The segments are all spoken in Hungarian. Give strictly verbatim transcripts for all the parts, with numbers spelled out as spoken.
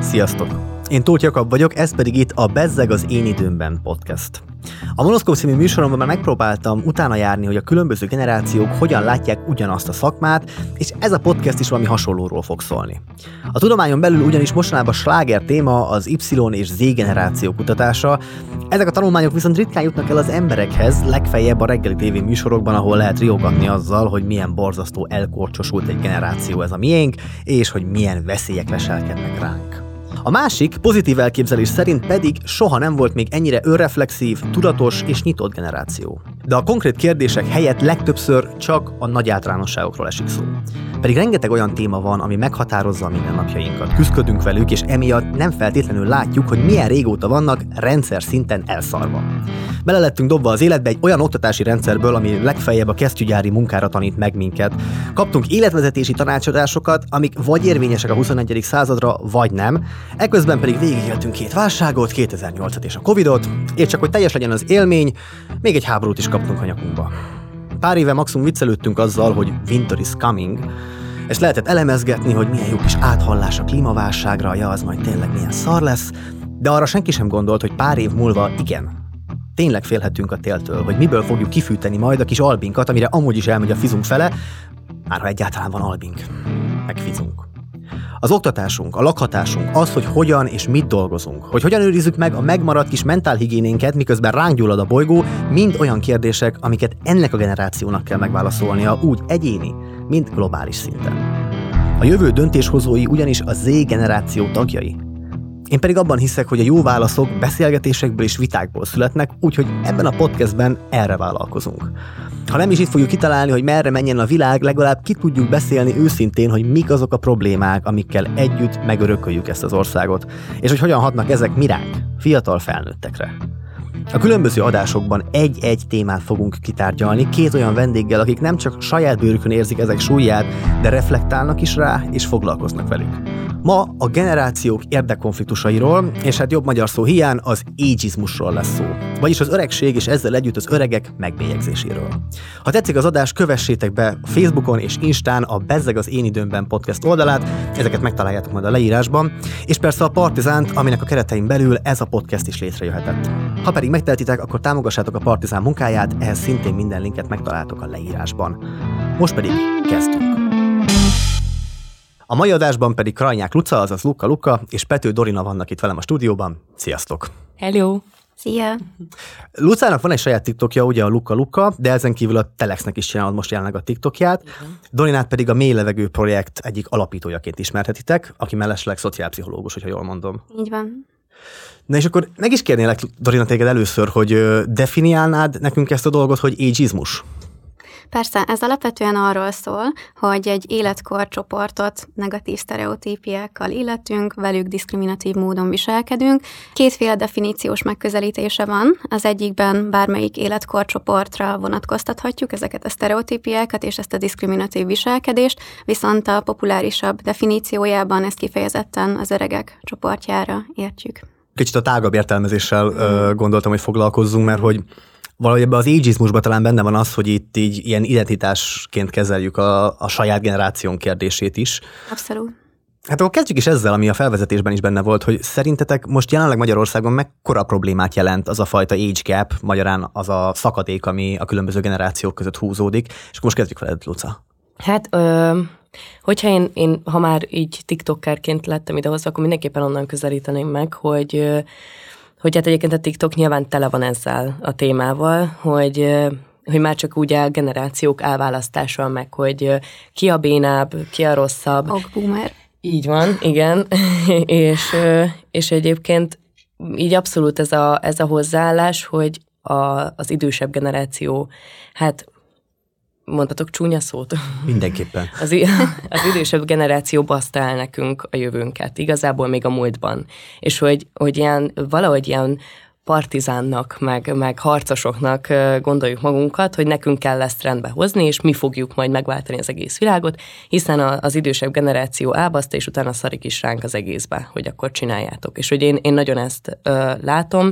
Sziasztok! Én Tóth Jakab vagyok, ez pedig itt a Bezzeg az én időmben podcast. A Monoszkóp című műsoromban már megpróbáltam utána járni, hogy a különböző generációk hogyan látják ugyanazt a szakmát, és ez a podcast is valami hasonlóról fog szólni. A tudományon belül ugyanis mostanában sláger téma az Y és Z generáció kutatása. Ezek a tanulmányok viszont ritkán jutnak el az emberekhez, legfeljebb a reggeli tévé műsorokban, ahol lehet riogatni azzal, hogy milyen borzasztó elkorcsosult egy generáció ez a miénk, és hogy milyen veszélyek leselkednek ránk. A másik, pozitív elképzelés szerint pedig soha nem volt még ennyire önreflexív, tudatos és nyitott generáció. De a konkrét kérdések helyett legtöbbször csak a nagy általánosságokról esik szó. Pedig rengeteg olyan téma van, ami meghatározza a mindennapjainkat. Küzdködünk velük, és emiatt nem feltétlenül látjuk, hogy milyen régóta vannak rendszer szinten elszarva. Bele lettünk dobva az életbe egy olyan oktatási rendszerből, ami legfeljebb a kesztyűgyári munkára tanít meg minket. Kaptunk életvezetési tanácsadásokat, amik vagy érvényesek a huszonegyedik századra, vagy nem. Eközben pedig végigéltünk két válságot, kétezer-nyolcat és a Covidot, és csak hogy teljes legyen az élmény, még egy háborút is kaptunk a nyakunkba. Pár éve maximum viccelődtünk azzal, hogy winter is coming. Ezt lehetett elemezgetni, hogy milyen jó kis áthallás a klímaválságra, ja, az majd tényleg milyen szar lesz, de arra senki sem gondolt, hogy pár év múlva igen, tényleg félhetünk a téltől, hogy miből fogjuk kifűteni majd a kis albinkat, amire amúgy is elmegy a fizunk fele, már ha egyáltalán van albink, meg fizunk. Az oktatásunk, a lakhatásunk, az, hogy hogyan és mit dolgozunk, hogy hogyan őrizzük meg a megmaradt kis mentálhigiénénket, miközben ránk gyullad a bolygó, mind olyan kérdések, amiket ennek a generációnak kell megválaszolnia, úgy egyéni, mint globális szinten. A jövő döntéshozói ugyanis a Z generáció tagjai. Én pedig abban hiszek, hogy a jó válaszok beszélgetésekből és vitákból születnek, úgyhogy ebben a podcastben erre vállalkozunk. Ha nem is itt fogjuk kitalálni, hogy merre menjen a világ, legalább ki tudjuk beszélni őszintén, hogy mik azok a problémák, amikkel együtt megörököljük ezt az országot, és hogy hogyan hatnak ezek mi ránk, fiatal felnőttekre. A különböző adásokban egy-egy témát fogunk kitárgyalni, két olyan vendéggel, akik nem csak saját bőrükön érzik ezek súlyát, de reflektálnak is rá, és foglalkoznak velük. Ma a generációk érdekkonfliktusairól, és hát jobb magyar szó hiány az ageizmusról lesz szó, vagyis az öregség és ezzel együtt az öregek megbélyegzéséről. Ha tetszik az adás, kövessétek be Facebookon és Instán a Bezzeg az én időmben podcast oldalát, ezeket megtaláljátok majd a leírásban, és persze a Partizánt, aminek a keretein belül ez a podcast is létrejöhetett. Ha pedig megtehetitek, akkor támogassátok a Partizán munkáját, ehhez szintén minden linket megtaláltok a leírásban. Most pedig kezdjünk! A mai adásban pedig Krajnyák Luca, azaz Luka Luka, és Pető Dorina vannak itt velem a stúdióban. Sziasztok! Hello! Szia! Lucának van egy saját TikTokja, ugye a Luka Luka, de ezen kívül a Telexnek is csinálod most jelenleg a TikTokját. Uh-huh. Dorinát pedig a Mély Levegő projekt egyik alapítójaként ismerhetitek, aki mellesleg szociálpszichológus, hogyha jól mondom. Így van. Na és akkor meg is kérnélek, Dorina, téged először, hogy definiálnád nekünk ezt a dolgot, hogy ageizmus. Persze, ez alapvetően arról szól, hogy egy életkorcsoportot negatív sztereotípiákkal illetünk, velük diszkriminatív módon viselkedünk. Kétféle definíciós megközelítése van, az egyikben bármelyik életkorcsoportra vonatkoztathatjuk ezeket a sztereotípiákat és ezt a diszkriminatív viselkedést, viszont a populárisabb definíciójában ezt kifejezetten az öregek csoportjára értjük. Kicsit a tágabb értelmezéssel uh, gondoltam, hogy foglalkozzunk, mert hogy valahogy ebben az ageizmusban talán benne van az, hogy itt így ilyen identitásként kezeljük a, a saját generáción kérdését is. Abszolút. Hát akkor kezdjük is ezzel, ami a felvezetésben is benne volt, hogy szerintetek most jelenleg Magyarországon mekkora problémát jelent az a fajta age gap, magyarán az a szakadék, ami a különböző generációk között húzódik, és akkor most kezdjük veled, Luca. Hát, ö, hogyha én, én, ha már így tiktokkerként lettem idehozva, akkor mindenképpen onnan közelíteném meg, hogy hogy hát egyébként a TikTok nyilván tele van ezzel a témával, hogy, hogy már csak úgy a generációk elválasztása meg, hogy ki a bénább, ki a rosszabb. Ok, boomer. Így van, igen. és, és egyébként így abszolút ez a, ez a hozzáállás, hogy a, az idősebb generáció, hát mondhatok csúnya szót? Mindenképpen. Az, az idősebb generáció baszta el nekünk a jövőnket, igazából még a múltban. És hogy, hogy ilyen, valahogy ilyen partizánnak, meg, meg harcosoknak gondoljuk magunkat, hogy nekünk kell ezt rendbe hozni, és mi fogjuk majd megváltani az egész világot, hiszen az idősebb generáció elbaszta, és utána szarik is ránk az egészbe, hogy akkor csináljátok. És hogy én, én nagyon ezt ö, látom,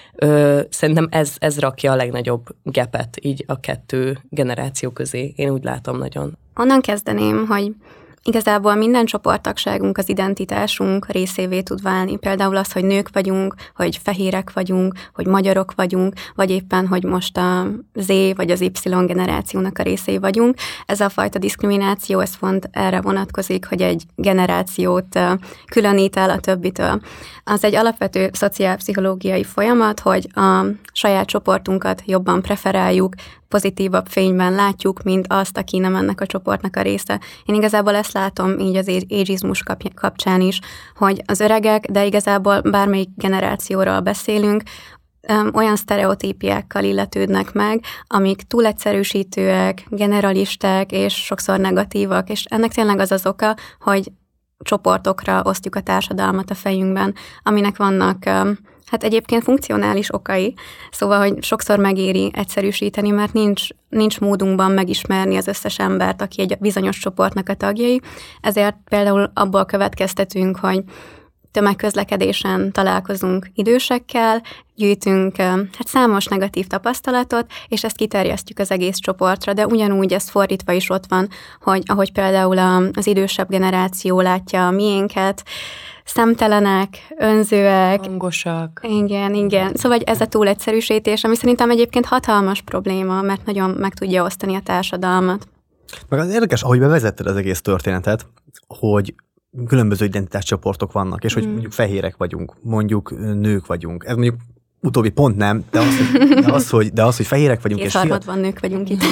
Ö, szerintem ez, ez rakja a legnagyobb gapet így a kettő generáció közé. Én úgy látom nagyon. Onnan kezdeném, hogy Igazából minden csoporttagságunk az identitásunk részévé tud válni. Például az, hogy nők vagyunk, hogy fehérek vagyunk, hogy magyarok vagyunk, vagy éppen, hogy most a Z vagy az Y generációnak a részei vagyunk. Ez a fajta diszkrimináció, ez pont erre vonatkozik, hogy egy generációt különít el a többitől. Az egy alapvető szociálpszichológiai folyamat, hogy a saját csoportunkat jobban preferáljuk, pozitívabb fényben látjuk, mint azt, aki nem ennek a csoportnak a része. Én igazából ezt látom így az ageizmus kapcsán is, hogy az öregek, de igazából bármelyik generációról beszélünk, olyan sztereotípiákkal illetődnek meg, amik túl egyszerűsítőek, generalisták és sokszor negatívak, és ennek tényleg az az oka, hogy csoportokra osztjuk a társadalmat a fejünkben, aminek vannak hát egyébként funkcionális okai, szóval, hogy sokszor megéri egyszerűsíteni, mert nincs, nincs módunkban megismerni az összes embert, aki egy bizonyos csoportnak a tagjai, ezért például abból következtetünk, hogy tömegközlekedésen találkozunk idősekkel, gyűjtünk hát számos negatív tapasztalatot, és ezt kiterjesztjük az egész csoportra, de ugyanúgy ez fordítva is ott van, hogy ahogy például az idősebb generáció látja a miénket, szemtelenek, önzőek. Hangosak. Igen, igen. Szóval ez a túlegyszerűsítés, ami szerintem egyébként hatalmas probléma, mert nagyon meg tudja osztani a társadalmat. Meg az érdekes, ahogy bevezetted az egész történetet, hogy különböző identitáscsoportok vannak, és hogy mondjuk fehérek vagyunk, mondjuk nők vagyunk. Ez mondjuk utóbbi pont nem, de az, de az, hogy, de az, hogy fehérek vagyunk és fiatalok. Van nők vagyunk itt.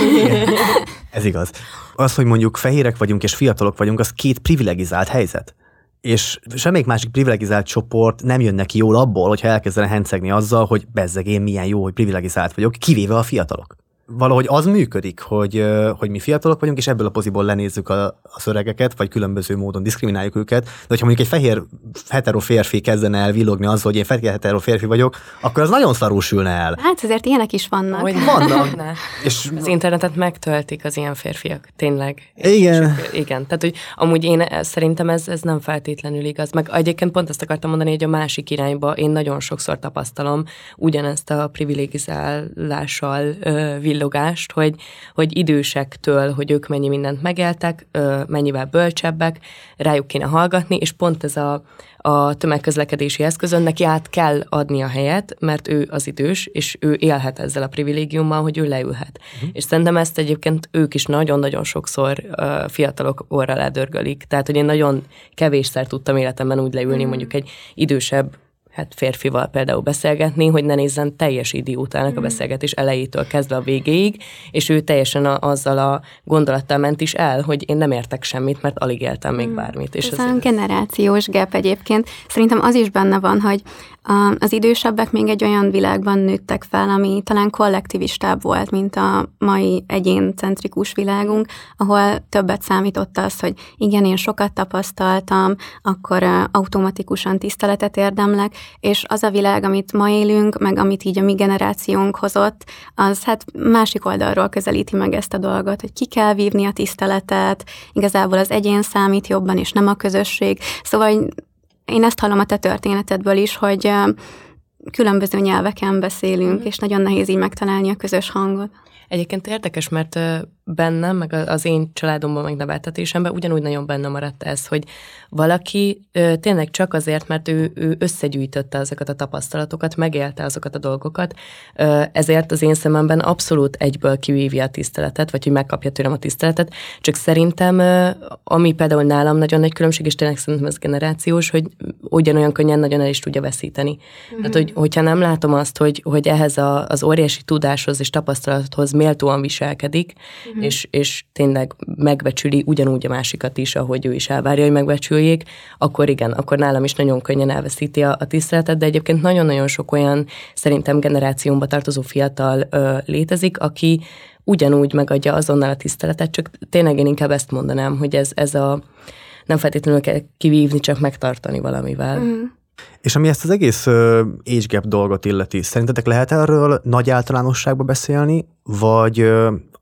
Ez igaz. Az, hogy mondjuk fehérek vagyunk és fiatalok vagyunk, az két privilegizált helyzet. És semmelyik másik privilegizált csoport nem jön neki jól abból, hogyha elkezdene hencegni azzal, hogy bezzeg én milyen jó, hogy privilegizált vagyok, kivéve a fiatalok. Valahogy az működik, hogy, hogy mi fiatalok vagyunk, és ebből a poziból lenézzük a, a szöregeket, vagy különböző módon diszkrimináljuk őket. De hogyha mondjuk egy fehér hetero férfi kezdene el villogni azzal, hogy én fehér hetero férfi vagyok, akkor az nagyon szarul sülne el. Hát azért ilyenek is vannak. Hogy vannak. És az internetet megtöltik az ilyen férfiak, tényleg. Igen. És, igen, tehát hogy amúgy én szerintem ez, ez nem feltétlenül igaz. Meg egyébként pont ezt akartam mondani, hogy a másik irányba én nagyon sokszor tapasztalom ugyanezt a privilegizálással uh, villogást, hogy, hogy idősektől, hogy ők mennyi mindent megéltek, mennyivel bölcsebbek, rájuk kéne hallgatni, és pont ez a, a tömegközlekedési eszközön neki át kell adni a helyet, mert ő az idős, és ő élhet ezzel a privilégiummal, hogy ő leülhet. Uh-huh. És szerintem ezt egyébként ők is nagyon-nagyon sokszor uh, fiatalok orra ledörgölik. Tehát, hogy én nagyon kevésszer tudtam életemben úgy leülni, uh-huh. mondjuk egy idősebb hát férfival például beszélgetni, hogy ne nézzen teljes idiótának a beszélgetés elejétől kezdve a végéig, és ő teljesen a, azzal a gondolattal ment is el, hogy én nem értek semmit, mert alig éltem még bármit. És ez a generációs gap egyébként. Szerintem az is benne van, hogy a, az idősebbek még egy olyan világban nőttek fel, ami talán kollektivistább volt, mint a mai egyéncentrikus világunk, ahol többet számított az, hogy igen, én sokat tapasztaltam, akkor uh, automatikusan tiszteletet érdemlek, és az a világ, amit ma élünk, meg amit így a mi generációnk hozott, az hát másik oldalról közelíti meg ezt a dolgot, hogy ki kell vívni a tiszteletet, igazából az egyén számít jobban, és nem a közösség. Szóval én ezt hallom a te történetedből is, hogy különböző nyelveken beszélünk, és nagyon nehéz így megtalálni a közös hangot. Egyébként érdekes, mert bennem, meg az én családomban, meg neveltetésemben ugyanúgy nagyon benne maradt ez, hogy valaki tényleg csak azért, mert ő, ő összegyűjtötte azokat a tapasztalatokat, megélte azokat a dolgokat, ezért az én szememben abszolút egyből kivívja a tiszteletet, vagy hogy megkapja tőlem a tiszteletet, csak szerintem, ami például nálam nagyon nagy különbség, és tényleg szerintem ez generációs, hogy ugyanolyan könnyen nagyon el is tudja veszíteni. Mm-hmm. Tehát, hogy, hogyha nem látom azt, hogy, hogy ehhez a, az óriási tudáshoz és tapasztalathoz méltóan viselkedik, mm-hmm. és, és tényleg megbecsüli ugyanúgy a másikat is, ahogy ő is elvárja, hogy megbecsüljék, akkor igen, akkor nálam is nagyon könnyen elveszíti a, a tiszteletet, de egyébként nagyon-nagyon sok olyan szerintem generációmba tartozó fiatal ö, létezik, aki ugyanúgy megadja azonnal a tiszteletet, csak tényleg én inkább ezt mondanám, hogy ez, ez a nem feltétlenül kell kivívni, csak megtartani valamivel. Mm. És ami ezt az egész uh, age gap dolgot illeti, szerintetek lehet erről nagy általánosságban beszélni, vagy uh,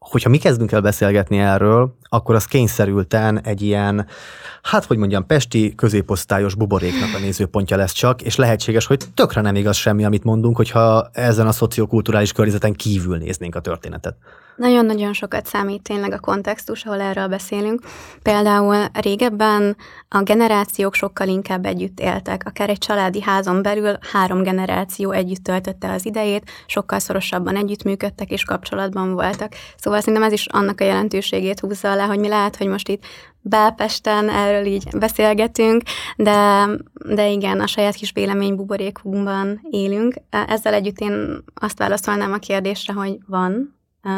hogyha mi kezdünk el beszélgetni erről, akkor az kényszerülten egy ilyen, hát hogy mondjam, pesti középosztályos buboréknak a nézőpontja lesz csak, és lehetséges, hogy tökre nem igaz semmi, amit mondunk, hogyha ezen a szociokulturális környezeten kívül néznénk a történetet. Nagyon-nagyon sokat számít tényleg a kontextus, ahol erről beszélünk. Például régebben a generációk sokkal inkább együtt éltek. Akár egy családi házon belül három generáció együtt töltötte az idejét, sokkal szorosabban együttműködtek és kapcsolatban voltak. Szóval szerintem ez is annak a jelentőségét húzza alá, hogy mi lehet, hogy most itt Belpesten erről így beszélgetünk, de, de igen, a saját kis véleménybuborékunkban élünk. Ezzel együtt én azt válaszolnám a kérdésre, hogy van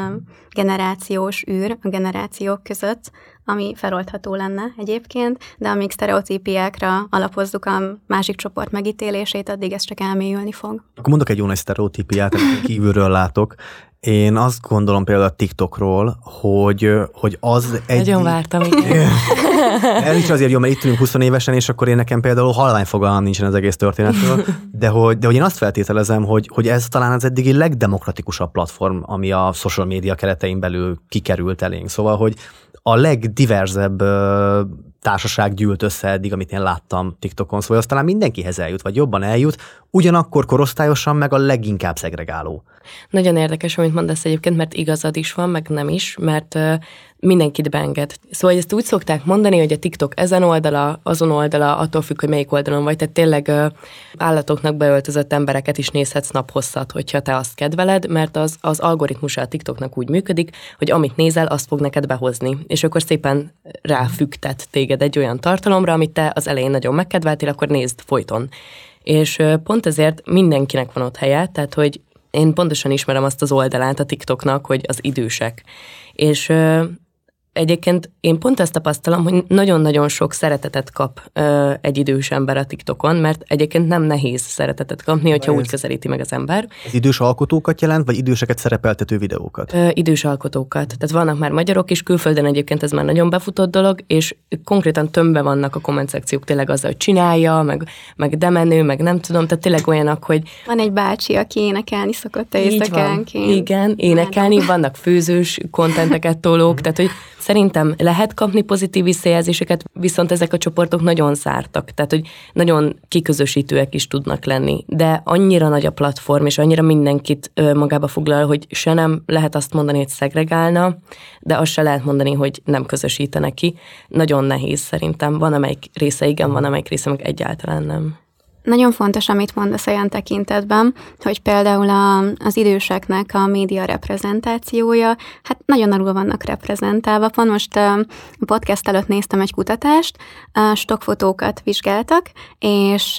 generációs űr a generációk között, ami feloldható lenne egyébként, de amíg sztereotípiákra alapozzuk a másik csoport megítélését, addig ez csak elmélyülni fog. Akkor mondok egy jó nagy sztereotípiát, amit kívülről látok. Én azt gondolom például a TikTokról, hogy, hogy az egy... Nagyon vártam, igen. Ez is azért jó, mert itt ülünk húsz évesen, és akkor én nekem például halvány fogalmam nincsen az egész történetről, de hogy, de hogy én azt feltételezem, hogy, hogy ez talán az eddigi legdemokratikusabb platform, ami a social média keretein belül kikerült elénk. Szóval, hogy a legdiverzebb társaság gyűlt össze eddig, amit én láttam TikTokon, szóval aztán mindenkihez eljut, vagy jobban eljut, ugyanakkor korosztályosan meg a leginkább szegregáló. Nagyon érdekes, amit mondasz egyébként, mert igazad is van, meg nem is, mert uh, mindenkit beenged. Szóval ezt úgy szokták mondani, hogy a TikTok ezen oldala, azon oldala, attól függ, hogy melyik oldalon vagy, tehát tényleg uh, állatoknak beöltözött embereket is nézhetsz naphosszat, hogyha te azt kedveled, mert az, az algoritmusa a TikToknak úgy működik, hogy amit nézel, azt fog neked behozni, és akkor szépen ráfügtet téged egy olyan tartalomra, amit te az elején nagyon megkedveltél, akkor nézd folyton. És uh, pont ezért mindenkinek van ott helye, tehát hogy én pontosan ismerem azt az oldalát a TikToknak, hogy az idősek. És ö, egyébként én pont ezt tapasztalom, hogy nagyon-nagyon sok szeretetet kap ö, egy idős ember a TikTokon, mert egyébként nem nehéz szeretetet kapni, hogyha úgy közelíti meg az ember. Ez idős alkotókat jelent, vagy időseket szerepeltető videókat? Ö, idős alkotókat. Tehát vannak már magyarok is, külföldön egyébként ez már nagyon befutott dolog, és konkrétan tömbbe vannak a komment szekciók tényleg azzal, hogy csinálja, meg, meg demenő, meg nem tudom, tehát tényleg olyanak, hogy... Van egy bácsi, aki énekelni szokott éjszakánként. Igen, énekelni, vannak főzős kontenteket tolók, tehát hogy szerintem lehet kapni pozitív visszajelzéseket, viszont ezek a csoportok nagyon zártak, tehát hogy nagyon kiközösítőek is tudnak lenni, de annyira nagy a platform, és annyira mindenkit magába foglal, hogy se nem lehet azt mondani, hogy szegregálna, de azt se lehet mondani, hogy nem közösítene ki. Nagyon nehéz szerintem. Van, amelyik része igen, van, amelyik része meg egyáltalán nem. Nagyon fontos, amit mondasz olyan tekintetben, hogy például a, az időseknek a média reprezentációja, hát nagyon alul vannak reprezentálva. Pont most a podcast előtt néztem egy kutatást, stockfotókat vizsgáltak, és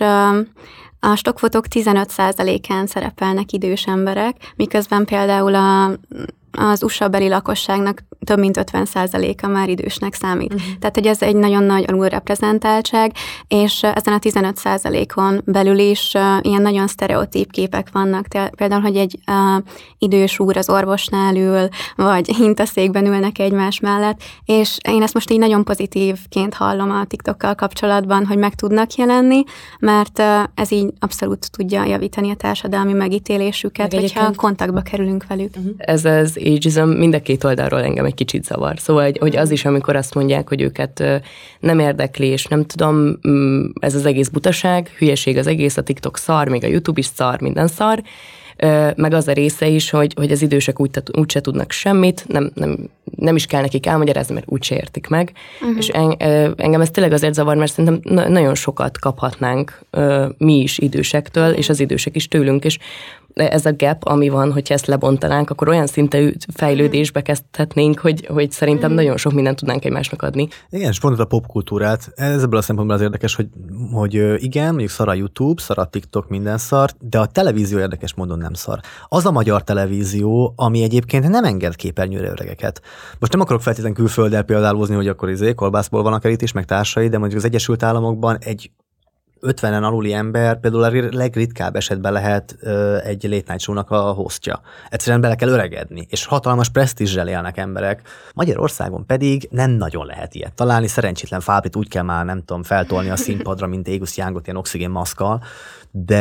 a stockfotók tizenöt százalékán szerepelnek idős emberek, miközben például a az u es á-beli lakosságnak több mint ötven százaléka már idősnek számít. Uh-huh. Tehát, hogy ez egy nagyon nagy alulreprezentáltság, és ezen a tizenöt százalékon belül is uh, ilyen nagyon sztereotíp képek vannak. Te, például, hogy egy uh, idős úr az orvosnál ül, vagy hintaszékben ülnek egymás mellett, és én ezt most így nagyon pozitívként hallom a TikTokkal kapcsolatban, hogy meg tudnak jelenni, mert uh, ez így abszolút tudja javítani a társadalmi megítélésüket, meg hogyha kontaktba kerülünk velük. Uh-huh. Ez az ageism mind a két oldalról engem egy kicsit zavar. Szóval, hogy, hogy az is, amikor azt mondják, hogy őket nem érdekli, és nem tudom, ez az egész butaság, hülyeség az egész, a TikTok szar, még a YouTube is szar, minden szar, meg az a része is, hogy, hogy az idősek úgy, úgy se tudnak semmit, nem, nem, nem is kell nekik elmagyarázni, mert úgy se értik meg. Uh-huh. És engem ez tényleg azért zavar, mert szerintem nagyon sokat kaphatnánk mi is idősektől, és az idősek is tőlünk, és ez a gap, ami van, hogyha ezt lebontanánk, akkor olyan szintű fejlődésbe kezdhetnénk, hogy, hogy szerintem nagyon sok mindent tudnánk egymásnak adni. Igen, és pont a popkultúrát, ez ebből a szempontból az érdekes, hogy, hogy igen, mondjuk szar a YouTube, szar a TikTok, minden szar, de a televízió érdekes módon nem szar. Az a magyar televízió, ami egyébként nem enged képernyőre öregeket. Most nem akarok feltétlenül külfölddel példálózni, hogy akkor izé, kolbászból van a kerítés, meg társai, de mondjuk az Egyesült Államokban egy ötvenen aluli ember például a legritkább esetben lehet ö, egy late night show-nak a hostja. Egyszerűen bele kell öregedni, és hatalmas presztízsel élnek emberek. Magyarországon pedig nem nagyon lehet ilyet találni, szerencsétlen Fábrit úgy kell már, nem tudom, feltolni a színpadra, mint Égusz Jángot ilyen oxigénmaszkkal, de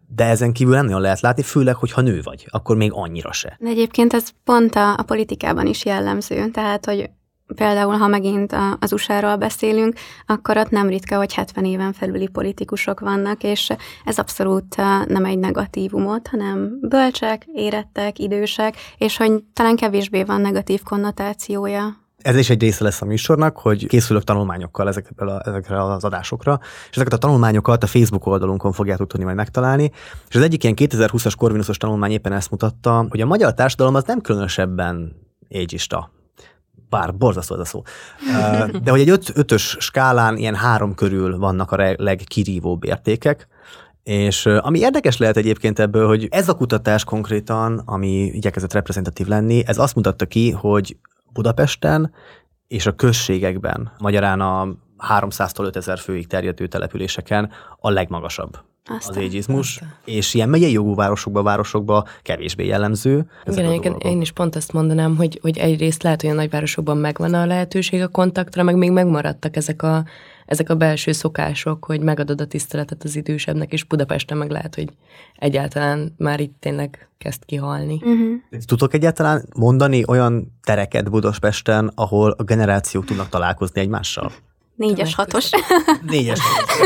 de ezen kívül nem nagyon lehet látni, főleg, hogyha nő vagy, akkor még annyira se. De egyébként ez pont a, a politikában is jellemző, tehát, hogy például, ha megint az u es á-ról beszélünk, akkor ott nem ritka, hogy hetven éven felüli politikusok vannak, és ez abszolút nem egy negatívumot, hanem bölcsek, érettek, idősek, és hogy talán kevésbé van negatív konnotációja. Ez is egy része lesz a műsornak, hogy készülök tanulmányokkal ezekre, a, ezekre az adásokra, és ezeket a tanulmányokat a Facebook oldalunkon fogjátok tudni majd megtalálni. És az egyik ilyen kétezer-húszas Corvinusos tanulmány éppen ezt mutatta, hogy a magyar társadalom az nem különösebben ageista. Bár borzasztó ez a szó. De hogy egy öt, ötös skálán ilyen három körül vannak a legkirívóbb értékek, és ami érdekes lehet egyébként ebből, hogy ez a kutatás konkrétan, ami igyekezett reprezentatív lenni, ez azt mutatta ki, hogy Budapesten és a községekben, magyarán a háromszáztól ötezer főig terjedő településeken a legmagasabb aztán, az ageizmus, aztán. És ilyen megyei jogú városokba, városokba kevésbé jellemző. Igen, igen, én is pont azt mondanám, hogy, hogy egyrészt lehet, hogy a nagyvárosokban megvan a lehetőség a kontaktra, meg még megmaradtak ezek a, ezek a belső szokások, hogy megadod a tiszteletet az idősebbnek, és Budapesten meg lehet, hogy egyáltalán már itt tényleg kezd kihalni. Uh-huh. Tudok egyáltalán mondani olyan tereket Budapesten, ahol a generációk tudnak találkozni egymással? Négyes, hatos. Négyes,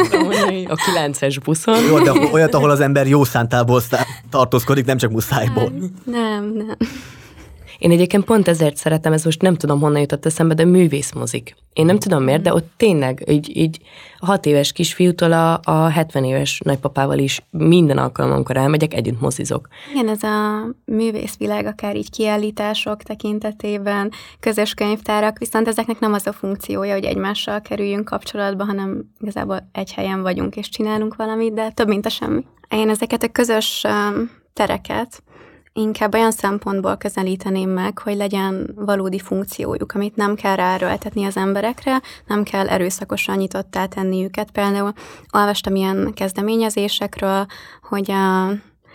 a kilences buszon. Jó, de olyat, ahol az ember jó szántából tartózkodik, nem csak muszájból. Nem, nem. Én egyébként pont ezért szeretem, ez most nem tudom honnan jutott eszembe, de művészmozik. Én nem tudom miért, de ott tényleg így, így a hat éves kisfiútól a, a hetven éves nagypapával is minden alkalommal, amikor elmegyek, együtt mozizok. Igen, ez a művészvilág, akár így kiállítások tekintetében, közös könyvtárak, viszont ezeknek nem az a funkciója, hogy egymással kerüljünk kapcsolatba, hanem igazából egy helyen vagyunk és csinálunk valamit, de több, mint a semmi. Én ezeket a közös tereket inkább olyan szempontból közelíteném meg, hogy legyen valódi funkciójuk, amit nem kell ráerőltetni az emberekre, nem kell erőszakosan nyitottá tenni őket. Például olvastam ilyen kezdeményezésekről, hogy a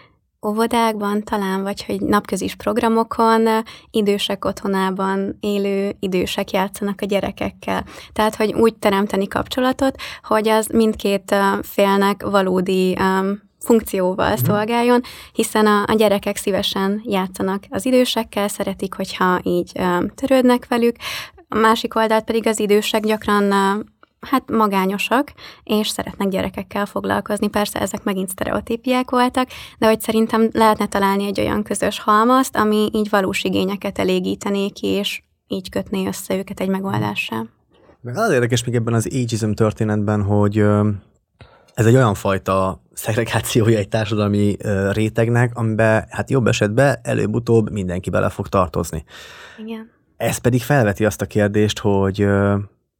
óvodákban talán, vagy hogy napközis programokon idősek otthonában élő idősek játszanak a gyerekekkel. Tehát, hogy úgy teremteni kapcsolatot, hogy az mindkét félnek valódi funkcióval szolgáljon, hiszen a, a gyerekek szívesen játszanak az idősekkel, szeretik, hogyha így ö, törődnek velük, a másik oldalt pedig az idősek gyakran ö, hát magányosak, és szeretnek gyerekekkel foglalkozni. Persze ezek megint sztereotípiák voltak, de hogy szerintem lehetne találni egy olyan közös halmazt, ami így valós igényeket elégítené ki, és így kötné össze őket egy megoldással. Meg az érdekes még ebben az ageism történetben, hogy ö, ez egy olyan fajta szegregációja egy társadalmi uh, rétegnek, amiben hát jobb esetben előbb-utóbb mindenki bele fog tartozni. Igen. Ez pedig felveti azt a kérdést, hogy, uh,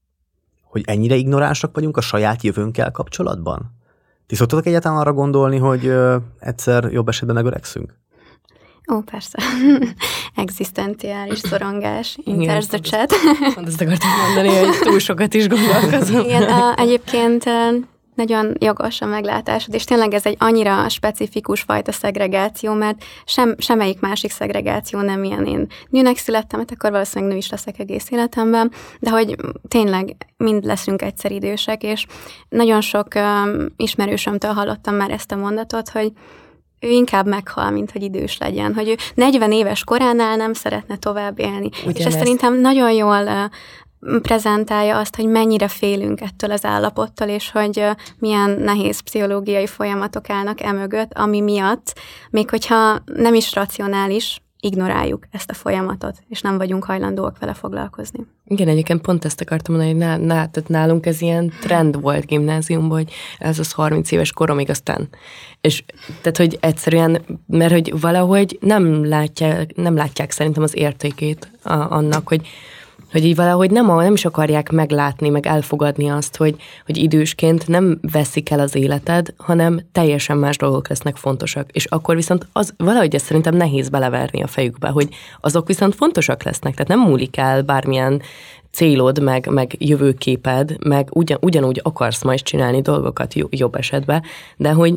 hogy ennyire ignoránsak vagyunk a saját jövőnkkel kapcsolatban? Ti szoktatok egyáltalán arra gondolni, hogy uh, egyszer jobb esetben megöregszünk? Ó, persze. Egzisztenciális szorongás. There's the chat. Pont ezt akartam mondani, hogy túl sokat is gondolkozom. Igen, a, egyébként nagyon jogos a meglátásod, és tényleg ez egy annyira specifikus fajta szegregáció, mert sem, semmelyik másik szegregáció nem ilyen. Én nőnek születtem, hát akkor valószínűleg nő is leszek egész életemben, de hogy tényleg mind leszünk egyszer idősek, és nagyon sok um, ismerősömtől hallottam már ezt a mondatot, hogy ő inkább meghal, mint hogy idős legyen, hogy ő negyven éves koránál nem szeretne tovább élni. Ugyan és ez szerintem nagyon jól uh, prezentálja azt, hogy mennyire félünk ettől az állapottól, és hogy milyen nehéz pszichológiai folyamatok állnak emögött, ami miatt, még hogyha nem is racionális, ignoráljuk ezt a folyamatot, és nem vagyunk hajlandóak vele foglalkozni. Igen, egyébként pont ezt akartam mondani, hogy ná, ná, tehát nálunk ez ilyen trend volt gimnáziumban, hogy ez az harminc éves koromig aztán. És tehát, hogy egyszerűen, mert hogy valahogy nem látják, nem látják szerintem az értékét a, annak, hogy hogy így valahogy nem, nem is akarják meglátni, meg elfogadni azt, hogy, hogy idősként nem veszik el az életed, hanem teljesen más dolgok lesznek fontosak. És akkor viszont az, valahogy ezt szerintem nehéz beleverni a fejükbe, hogy azok viszont fontosak lesznek, tehát nem múlik el bármilyen célod, meg, meg jövőképed, meg ugyan, ugyanúgy akarsz majd csinálni dolgokat jobb esetben, de hogy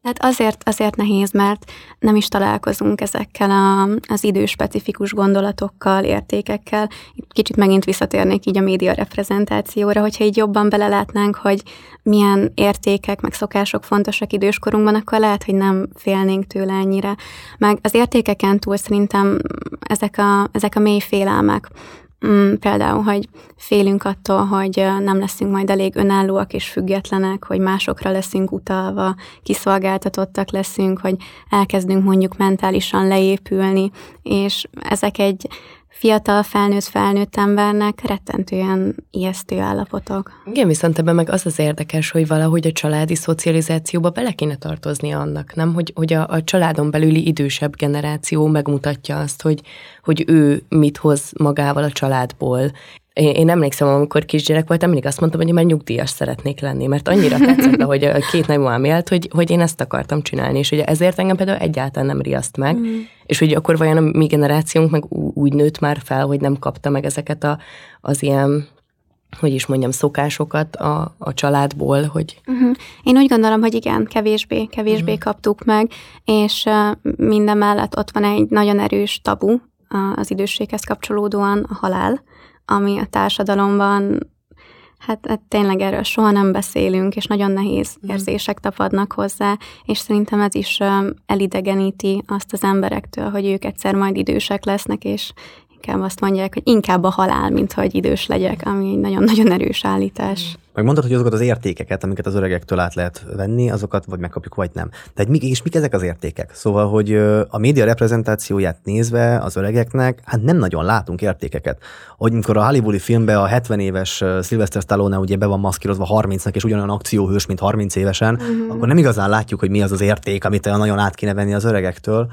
Hát azért, azért nehéz, mert nem is találkozunk ezekkel a, az időspecifikus gondolatokkal, értékekkel. Kicsit megint visszatérnék így a média reprezentációra, hogyha így jobban belelátnánk, hogy milyen értékek, meg szokások fontosak időskorunkban, akkor lehet, hogy nem félnénk tőle ennyire. Meg az értékeken túl szerintem ezek a, ezek a mély félelmek, Mm, például, hogy félünk attól, hogy nem leszünk majd elég önállóak és függetlenek, hogy másokra leszünk utalva, kiszolgáltatottak leszünk, hogy elkezdünk mondjuk mentálisan leépülni, és ezek egy fiatal, felnőtt, felnőtt embernek rettentően ijesztő állapotok. Igen, viszont ebben meg az az érdekes, hogy valahogy a családi szocializációba bele kéne tartozni annak, nem? Hogy, hogy a, a családon belüli idősebb generáció megmutatja azt, hogy, hogy ő mit hoz magával a családból. Én, én emlékszem, amikor kisgyerek voltam, mindig azt mondtam, hogy én már nyugdíjas szeretnék lenni, mert annyira tetszett, ahogy a két nagymamám élt, hogy, hogy én ezt akartam csinálni, és ugye ezért engem például egyáltalán nem riaszt meg, mm. és hogy akkor vajon a mi generációnk meg úgy nőtt már fel, hogy nem kapta meg ezeket a, az ilyen, hogy is mondjam, szokásokat a, a családból, hogy... Uh-huh. Én úgy gondolom, hogy igen, kevésbé, kevésbé uh-huh. kaptuk meg, és uh, minden mellett ott van egy nagyon erős tabu az idősséghez kapcsolódóan, a halál, ami a társadalomban, hát, hát tényleg erről soha nem beszélünk, és nagyon nehéz érzések tapadnak hozzá, és szerintem ez is elidegeníti azt az emberektől, hogy ők egyszer majd idősek lesznek, és inkább azt mondják, hogy inkább a halál, mint hogy idős legyek, ami egy nagyon-nagyon erős állítás. Meg mondtad, hogy azokat az értékeket, amiket az öregektől át lehet venni, azokat vagy megkapjuk, vagy nem. Tehát mik, és mik ezek az értékek? Szóval, hogy a média reprezentációját nézve az öregeknek, hát nem nagyon látunk értékeket. Hogy amikor a hollywoodi filmben a hetven éves Sylvester Stallone ugye be van maszkírozva harmincnak, és ugyanolyan akcióhős, mint harminc évesen, uh-huh. akkor nem igazán látjuk, hogy mi az az érték, amit nagyon át kéne venni az öregektől.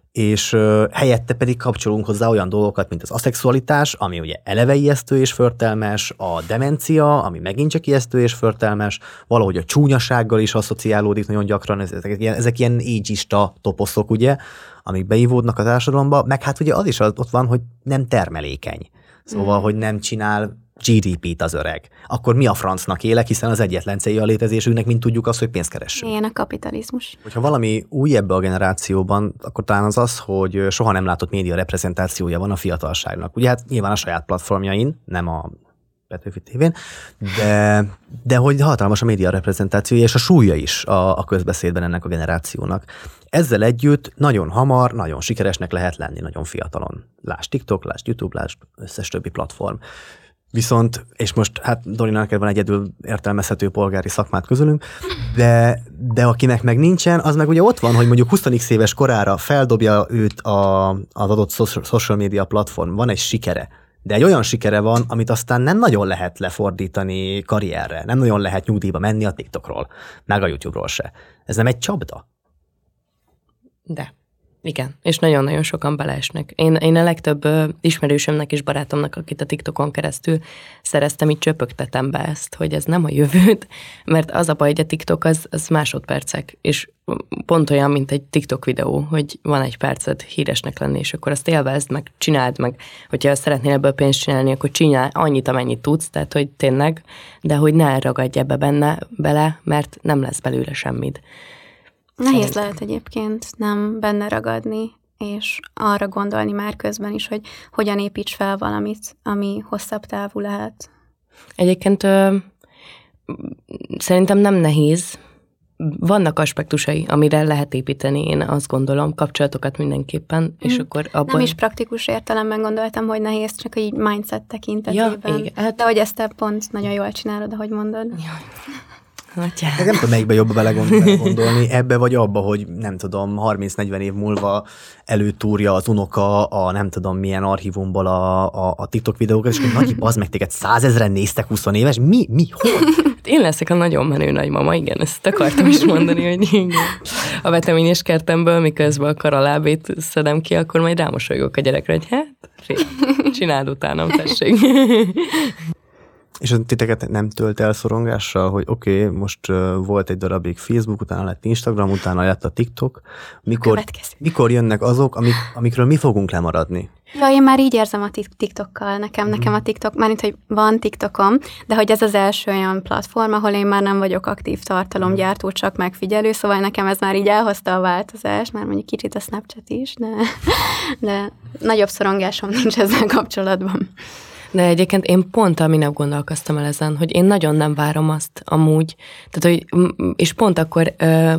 És uh, helyette pedig kapcsolunk hozzá olyan dolgokat, mint az aszexualitás, ami ugye eleve ijesztő és förtelmes, a demencia, ami megint csak ijesztő és förtelmes, valahogy a csúnyasággal is asszociálódik nagyon gyakran, ezek ilyen, ezek ilyen ageista toposzok, ugye, amik beívódnak a társadalomba, meg hát ugye az is ott van, hogy nem termelékeny. Szóval, mm. hogy nem csinál gé dé pét az öreg. Akkor mi a francnak élek, hiszen az egyetlen célja a létezésünknek, mint tudjuk, az, hogy pénzt keressünk. Ilyen a kapitalizmus. Hogyha valami új ebbe a generációban, akkor talán az az, hogy soha nem látott média reprezentációja van a fiatalságnak. Ugye hát nyilván a saját platformjain, nem a Petőfi tévén, de, de hogy hatalmas a média reprezentációja, és a súlya is a, a közbeszédben ennek a generációnak. Ezzel együtt nagyon hamar, nagyon sikeresnek lehet lenni nagyon fiatalon. Lásd TikTok, lásd YouTube, lásd összes többi platform. Viszont, és most hát Dorinak van egyedül értelmezhető polgári szakmát közülünk, de, de akinek meg nincsen, az meg ugye ott van, hogy mondjuk húsz éves korára feldobja őt a, az adott social media platform, van egy sikere, de egy olyan sikere van, amit aztán nem nagyon lehet lefordítani karrierre, nem nagyon lehet nyugdíjba menni a TikTokról, meg a YouTube-ról se. Ez nem egy csapda? De. Igen, és nagyon-nagyon sokan beleesnek. Én, én a legtöbb ö, ismerősömnek és barátomnak, akit a TikTokon keresztül szereztem, így csöpögtetem be ezt, hogy ez nem a jövőt, mert az a baj, hogy a TikTok az, az másodpercek, és pont olyan, mint egy TikTok videó, hogy van egy percet híresnek lenni, és akkor azt élvezd meg, csináld meg, hogyha szeretnél ebből pénzt csinálni, akkor csinálj annyit, amennyit tudsz, tehát hogy tényleg, de hogy ne ragadj ebbe benne bele, mert nem lesz belőle semmit. Nehéz Szerint. Lehet egyébként nem benne ragadni, és arra gondolni már közben is, hogy hogyan építs fel valamit, ami hosszabb távú lehet. Egyébként ö, szerintem nem nehéz. Vannak aspektusai, amire lehet építeni, én azt gondolom, kapcsolatokat mindenképpen, és mm. akkor abban... Nem is praktikus értelemben gondoltam, hogy nehéz, csak így mindset tekintetében. Ja, igen, hát... De hogy ezt te pont nagyon jól csinálod, ahogy mondod. Ja. Nem tudom, melyikbe jobb belegondolni, ebbe vagy abba, hogy nem tudom, harminc-negyven év múlva előtúrja az unoka a nem tudom milyen archívumból a, a, a TikTok videókat, és hogy Nagyi, bazd meg, téged százezren néztek húsz éves, mi, mi, hol? Én leszek a nagyon menő nagymama, igen, ezt akartam is mondani, hogy igen. A veteményes kertemből, miközben a karalábét szedem ki, akkor majd rámosolygok a gyerekre, hogy hát, fél, csináld utánam, tessék. És titeket nem tölt el szorongással, hogy oké, okay, most uh, volt egy darabig Facebook, utána lett Instagram, utána lett a TikTok. Mikor, mikor jönnek azok, amik, amikről mi fogunk lemaradni? Ja, én már így érzem a TikTokkal. Nekem, mm. nekem a TikTok, mármint, hogy van TikTokom, de hogy ez az első olyan platform, ahol én már nem vagyok aktív tartalomgyártó, csak megfigyelő, szóval nekem ez már így elhozta a változást, már mondjuk kicsit a Snapchat is, de, de nagyobb szorongásom nincs ezzel kapcsolatban. De egyébként én pont a minap gondolkoztam el ezen, hogy én nagyon nem várom azt amúgy. Tehát, hogy, és pont akkor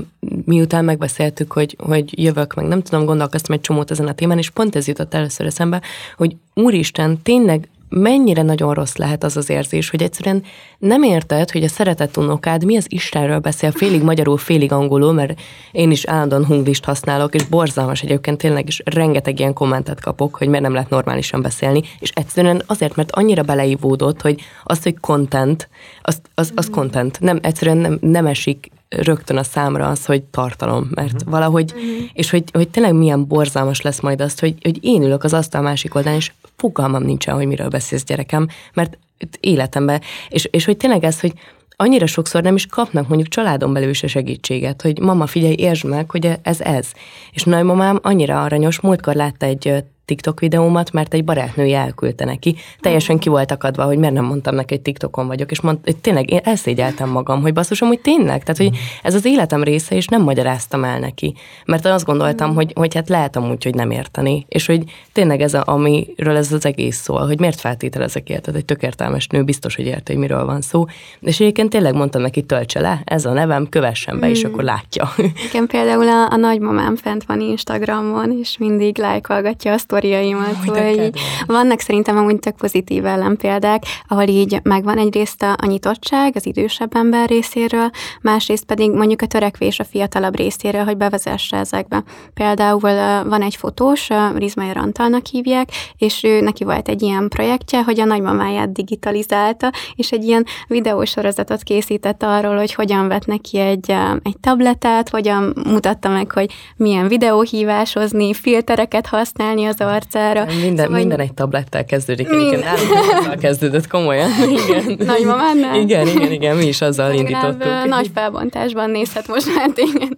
miután megbeszéltük, hogy, hogy jövök, meg nem tudom, gondolkoztam egy csomót ezen a témán, és pont ez jutott először eszembe, hogy úristen, tényleg mennyire nagyon rossz lehet az az érzés, hogy egyszerűen nem érted, hogy a szeretett unokád mi az Istenről beszél, félig magyarul, félig angolul, mert én is állandóan hunglist használok, és borzalmas egyébként tényleg, és rengeteg ilyen kommentet kapok, hogy miért nem lehet normálisan beszélni, és egyszerűen azért, mert annyira beleívódott, hogy azt, hogy content, az, az, az content, nem, egyszerűen nem, nem esik rögtön a számra az, hogy tartalom, mert uh-huh. valahogy, uh-huh. és hogy, hogy tényleg milyen borzalmas lesz majd azt, hogy, hogy én ülök az asztal másik oldalán, és fogalmam nincsen, hogy miről beszélsz, gyerekem, mert életemben, és, és hogy tényleg ez, hogy annyira sokszor nem is kapnak mondjuk családon belül se segítséget, hogy mama, figyelj, értsd meg, hogy ez ez. És nagymamám annyira aranyos, múltkor látta egy TikTok videómat, mert egy barátnője elküldte neki. Teljesen ki volt akadva, hogy miért nem mondtam neki, hogy TikTokon vagyok, és mond, hogy tényleg én elszégyeltem magam, hogy basszusom, hogy tényleg, tehát hogy ez az életem része, és nem magyaráztam el neki. Mert azt gondoltam, hogy, hogy hát lehet amúgy, hogy nem érteni, és hogy tényleg ez, a, amiről ez az egész szól, hogy miért feltételezek érted, egy tök értelmes nő, biztos, hogy érte, hogy miről van szó. És egyébként tényleg mondtam neki, töltse le, ez a nevem, kövessen be, és akkor látja. Igen, például a, a nagymamám fent van Instagramon, és mindig lájkolgatja a sztoriaimat, hogy vannak szerintem amúgy tök pozitív ellenpéldák, ahol így megvan egyrészt a, a nyitottság az idősebb ember részéről, másrészt pedig mondjuk a törekvés a fiatalabb részéről, hogy bevezesse ezekbe. Például van egy fotós, Rizmajer Antalnak hívják, és ő, neki volt egy ilyen projektje, hogy a nagymamáját digitalizálta, és egy ilyen videósorozatot készített arról, hogy hogyan vett neki egy, egy tabletát, hogyan mutatta meg, hogy milyen videóhívásozni, filtereket használni az arcára. Minden, szóval, minden egy tablettel kezdődik. Minden. Igen, kezdődött komolyan. Igen. Nagymamánál? Igen, igen, igen, mi is azzal indítottuk. Nagy felbontásban nézhet most már tényleg.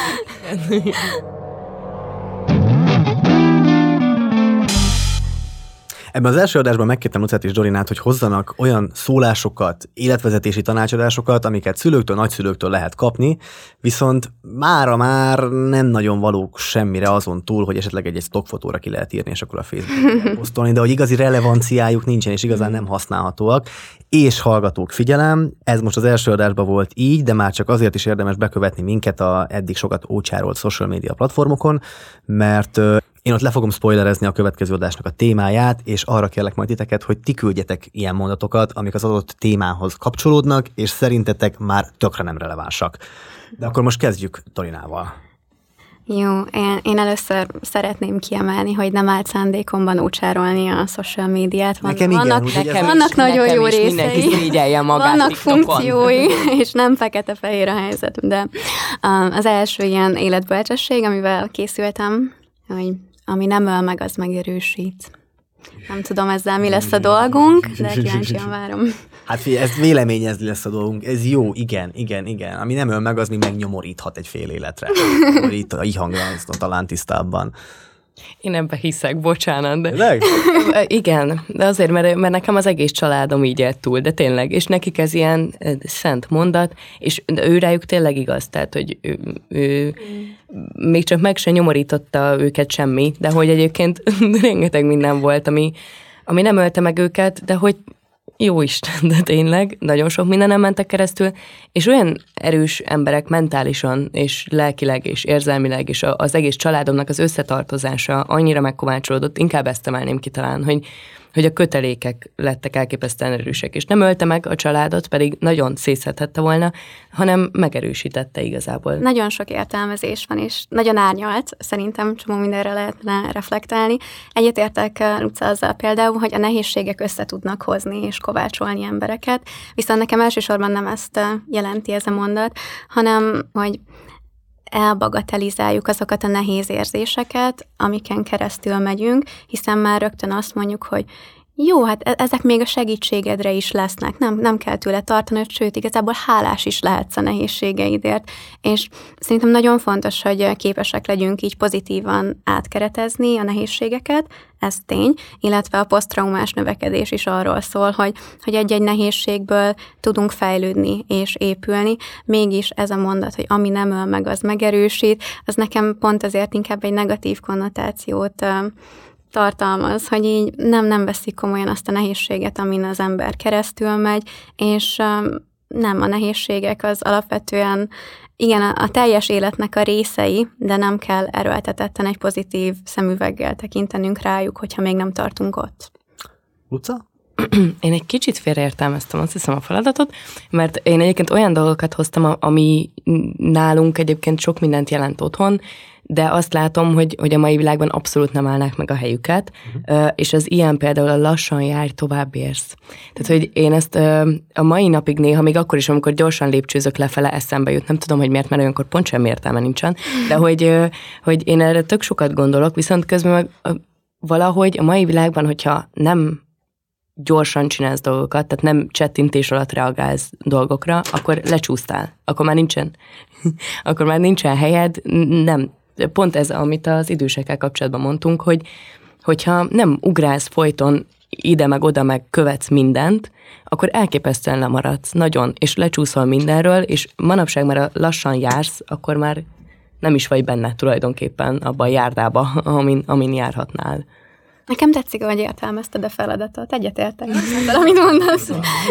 Ebben az első adásban megkértem Lucát és Dorinát, hogy hozzanak olyan szólásokat, életvezetési tanácsadásokat, amiket szülőktől, nagyszülőktől lehet kapni, viszont mára már nem nagyon valók semmire azon túl, hogy esetleg egy stockfotóra ki lehet írni, és akkor a Facebookon posztolni, de hogy igazi relevanciájuk nincsen, és igazán nem használhatóak. És hallgatók, figyelem, ez most az első adásban volt így, de már csak azért is érdemes bekövetni minket a eddig sokat ócsárolt social media platformokon, mert én ott le fogom spoilerezni a következő adásnak a témáját, és arra kérlek majd titeket, hogy ti küldjetek ilyen mondatokat, amik az adott témához kapcsolódnak, és szerintetek már tökre nem relevánsak. De akkor most kezdjük Dorinával. Jó, én, én először szeretném kiemelni, hogy nem állt szándékomban ócsárolni a social médiát. Van, nekem igen, vannak, nekem vannak is, nagyon nekem jó is, részei. Mindenki szégyelje magát vannak TikTokon. funkciói, és nem fekete-fehér a helyzet. De az első ilyen életbölcsesség, amivel készültem, hogy ami nem öl meg, az megerősít. Nem tudom ezzel mi lesz a dolgunk, de kíváncsian várom. Hát figyelj, ez véleményezni lesz a dolgunk. Ez jó, igen, igen, igen. Ami nem öl meg, az még megnyomoríthat egy fél életre. Itt a ihangra, talán tisztábban. Én ebbe hiszek, bocsánat. De... Igen, de azért, mert, mert nekem az egész családom így élt túl, de tényleg, és nekik ez ilyen szent mondat, és ő rájuk tényleg igaz, tehát, hogy ő, ő mm. még csak meg se nyomorította őket semmi, de hogy egyébként rengeteg minden volt, ami, ami nem ölte meg őket, de hogy jó Isten, de tényleg, nagyon sok mindenem mentek keresztül, és olyan erős emberek mentálisan, és lelkileg, és érzelmileg, és az egész családomnak az összetartozása annyira megkovácsolódott, inkább ezt emelném ki talán, hogy, hogy a kötelékek lettek elképesztően erősek, és nem ölte meg a családot, pedig nagyon szétszedhette volna, hanem megerősítette igazából. Nagyon sok értelmezés van, és nagyon árnyalt, szerintem csomó mindenre lehetne reflektálni. Egyetértek Luca azzal például, hogy a nehézségek össze tudnak hozni és kovácsolni embereket, viszont nekem elsősorban nem ezt jelenti ez a mondat, hanem hogy elbagatelizáljuk azokat a nehéz érzéseket, amiken keresztül megyünk, hiszen már rögtön azt mondjuk, hogy Jó, hát ezek még a segítségedre is lesznek, nem, nem kell tőle tartanod, sőt, igazából hálás is lehetsz a nehézségeidért, és szerintem nagyon fontos, hogy képesek legyünk így pozitívan átkeretezni a nehézségeket, ez tény, illetve a poszttraumás növekedés is arról szól, hogy, hogy egy-egy nehézségből tudunk fejlődni és épülni, mégis ez a mondat, hogy ami nem öl meg, az megerősít, az nekem pont azért inkább egy negatív konnotációt tartalmaz, hogy így nem, nem veszik komolyan azt a nehézséget, amin az ember keresztül megy, és um, nem, a nehézségek az alapvetően, igen, a, a teljes életnek a részei, de nem kell erőltetetten egy pozitív szemüveggel tekintenünk rájuk, hogyha még nem tartunk ott. Luca? Én egy kicsit félreértelmeztem, azt hiszem, a feladatot, mert én egyébként olyan dolgokat hoztam, ami nálunk egyébként sok mindent jelent otthon, de azt látom, hogy, hogy a mai világban abszolút nem állnák meg a helyüket, uh-huh. és az ilyen például a lassan járj, tovább érsz. Tehát, hogy én ezt a mai napig néha, még akkor is, amikor gyorsan lépcsőzök lefele, eszembe jut, nem tudom, hogy miért, mert olyankor pont semmi értelme nincsen, de hogy, hogy én erre tök sokat gondolok, viszont közben meg valahogy a mai világban, hogyha nem gyorsan csinálsz dolgokat, tehát nem csettintés alatt reagálsz dolgokra, akkor lecsúsztál. Akkor már nincsen, akkor már nincsen helyed, nem. Pont ez, amit az idősekkel kapcsolatban mondtunk, hogy hogyha nem ugrálsz folyton ide meg oda meg követsz mindent, akkor elképesztően lemaradsz, nagyon, és lecsúszol mindenről, és manapság már lassan jársz, akkor már nem is vagy benne tulajdonképpen abban a járdába, amin, amin járhatnál. Nekem tetszik, hogy értelmezted a feladatot. Egyetértek ezzel, amit mondasz.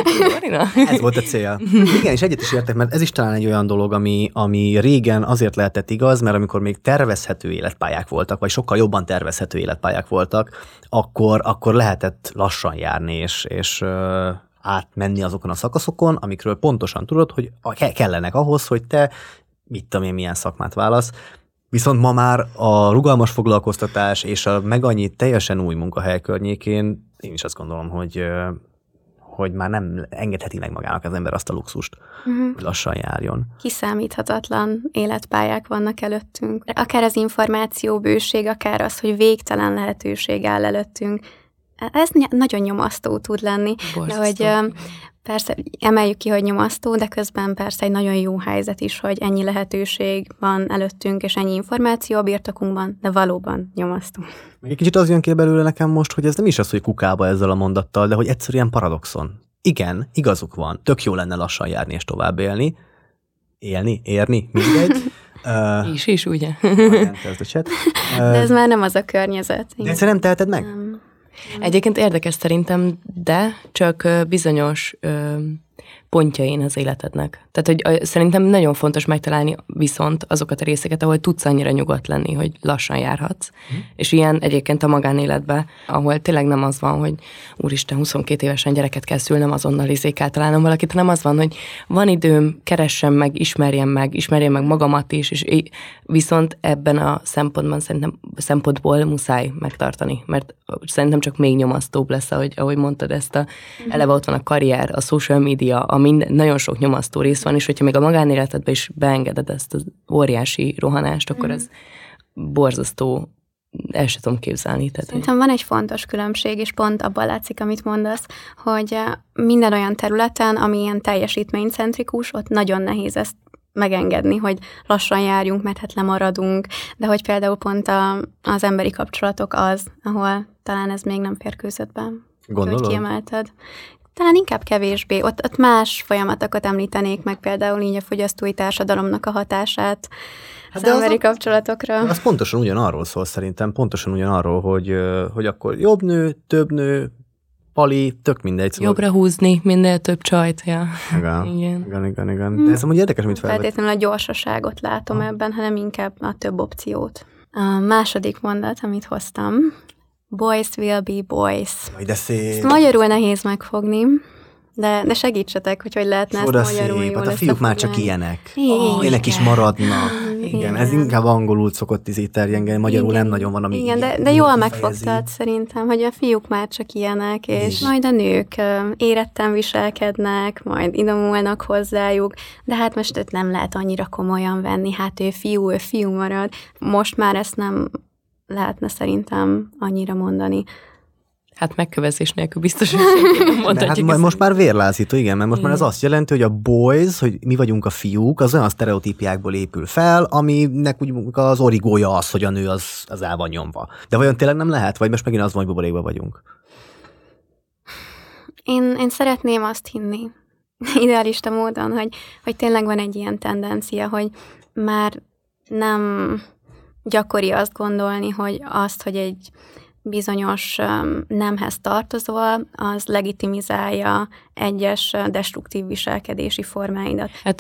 Ez volt a cél. Igen, és egyet is értek, mert ez is talán egy olyan dolog, ami, ami régen azért lehetett igaz, mert amikor még tervezhető életpályák voltak, vagy sokkal jobban tervezhető életpályák voltak, akkor, akkor lehetett lassan járni, és, és uh, átmenni azokon a szakaszokon, amikről pontosan tudod, hogy kellenek ahhoz, hogy te mit tudom én, milyen szakmát válasz. Viszont ma már a rugalmas foglalkoztatás és a meg annyi teljesen új munkahely környékén én is azt gondolom, hogy, hogy már nem engedheti meg magának az ember azt a luxust, uh-huh. hogy lassan járjon. Kiszámíthatatlan életpályák vannak előttünk. Akár az információbőség, akár az, hogy végtelen lehetőség áll előttünk. Ez nagyon nyomasztó tud lenni. Borzasztó. De hogy persze emeljük ki, hogy nyomasztó, de közben persze egy nagyon jó helyzet is, hogy ennyi lehetőség van előttünk, és ennyi információ a birtokunkban, de valóban nyomasztó. Meg egy kicsit az jön ki belőle nekem most, hogy ez nem is az, hogy kukába ezzel a mondattal, de hogy egyszerűen paradoxon. Igen, igazuk van, tök jó lenne lassan járni és tovább élni. Élni, érni, mindegy. Uh, is is, ugye? Uh, de ez már nem az a környezet. De egyszer nem teheted meg? Nem. Egyébként érdekes szerintem, de csak bizonyos ö, pontjain az életednek. Tehát, hogy szerintem nagyon fontos megtalálni viszont azokat a részeket, ahol tudsz annyira nyugodt lenni, hogy lassan járhatsz. Mm. És ilyen egyébként a magánéletben, ahol tényleg nem az van, hogy úristen, huszonkét évesen gyereket kell szülnem, azonnal izé kell találnom valakit, hanem az van, hogy van időm, keressem meg, ismerjem meg, ismerjem meg magamat is, és viszont ebben a szempontban szerintem szempontból muszáj megtartani, mert szerintem csak még nyomasztóbb lesz, ahogy, ahogy mondtad ezt a, mm. eleve ott van a karrier, a social media, a minden, nagyon sok nyomasztó rész van, és hogyha még a magánéletedbe is beengeded ezt az óriási rohanást, akkor ez borzasztó, el sem tudom képzelni. Tehát, Szerintem van egy fontos különbség, és pont abban látszik, amit mondasz, hogy minden olyan területen, ami ilyen teljesítménycentrikus, ott nagyon nehéz ezt megengedni, hogy lassan járjunk, mert hát lemaradunk, de hogy például pont a, az emberi kapcsolatok az, ahol talán ez még nem férkőzött be. Gondolod? Hogy kiemelted. Talán inkább kevésbé. Ott, ott más folyamatokat említenék meg, például így a fogyasztói társadalomnak a hatását hát az emberi a, kapcsolatokra. Az pontosan ugyanarról szól szerintem, pontosan ugyanarról, hogy, hogy akkor jobb nő, több nő, pali, tök mindegy. Szóval... Jobbra húzni, minél több csajt, ja. Igen, igen, igen, igen. igen. De ez amúgy érdekes, mit felvet. Feltétlenül a gyorsaságot látom ha. ebben, hanem inkább a több opciót. A második mondat, amit hoztam, boys will be boys. Jaj, de szép. Ezt magyarul nehéz megfogni, de, de segítsetek, hogy hogy lehetne Oda ezt magyarul szép. jól Hát a fiúk már csak ilyenek. Oh, ilyenek is maradnak. Igen. Igen, ez inkább angolul szokott izé terjengeni, magyarul igen. nem nagyon van, ami igen, de, de jól megfogtad szerintem, hogy a fiúk már csak ilyenek, és is. Majd a nők éretten viselkednek, majd idomulnak hozzájuk, de hát most őt nem lehet annyira komolyan venni, hát ő fiú, ő fiú marad. Most már ezt nem lehetne szerintem annyira mondani. Hát megkövezés nélkül biztos, hogy nem mondhatjuk. Hát most már vérlázító, igen, mert most igen. már ez azt jelenti, hogy a boys, hogy mi vagyunk a fiúk, az olyan sztereotípiákból épül fel, aminek úgy az origója az, hogy a nő az, az el van nyomva. De vajon tényleg nem lehet? Vagy most megint az van, hogy buborékban vagyunk? Én, én szeretném azt hinni, idealista módon, hogy, hogy tényleg van egy ilyen tendencia, hogy már nem gyakori azt gondolni, hogy azt, hogy egy bizonyos nemhez tartozol, az legitimizálja egyes destruktív viselkedési formáidat. Hát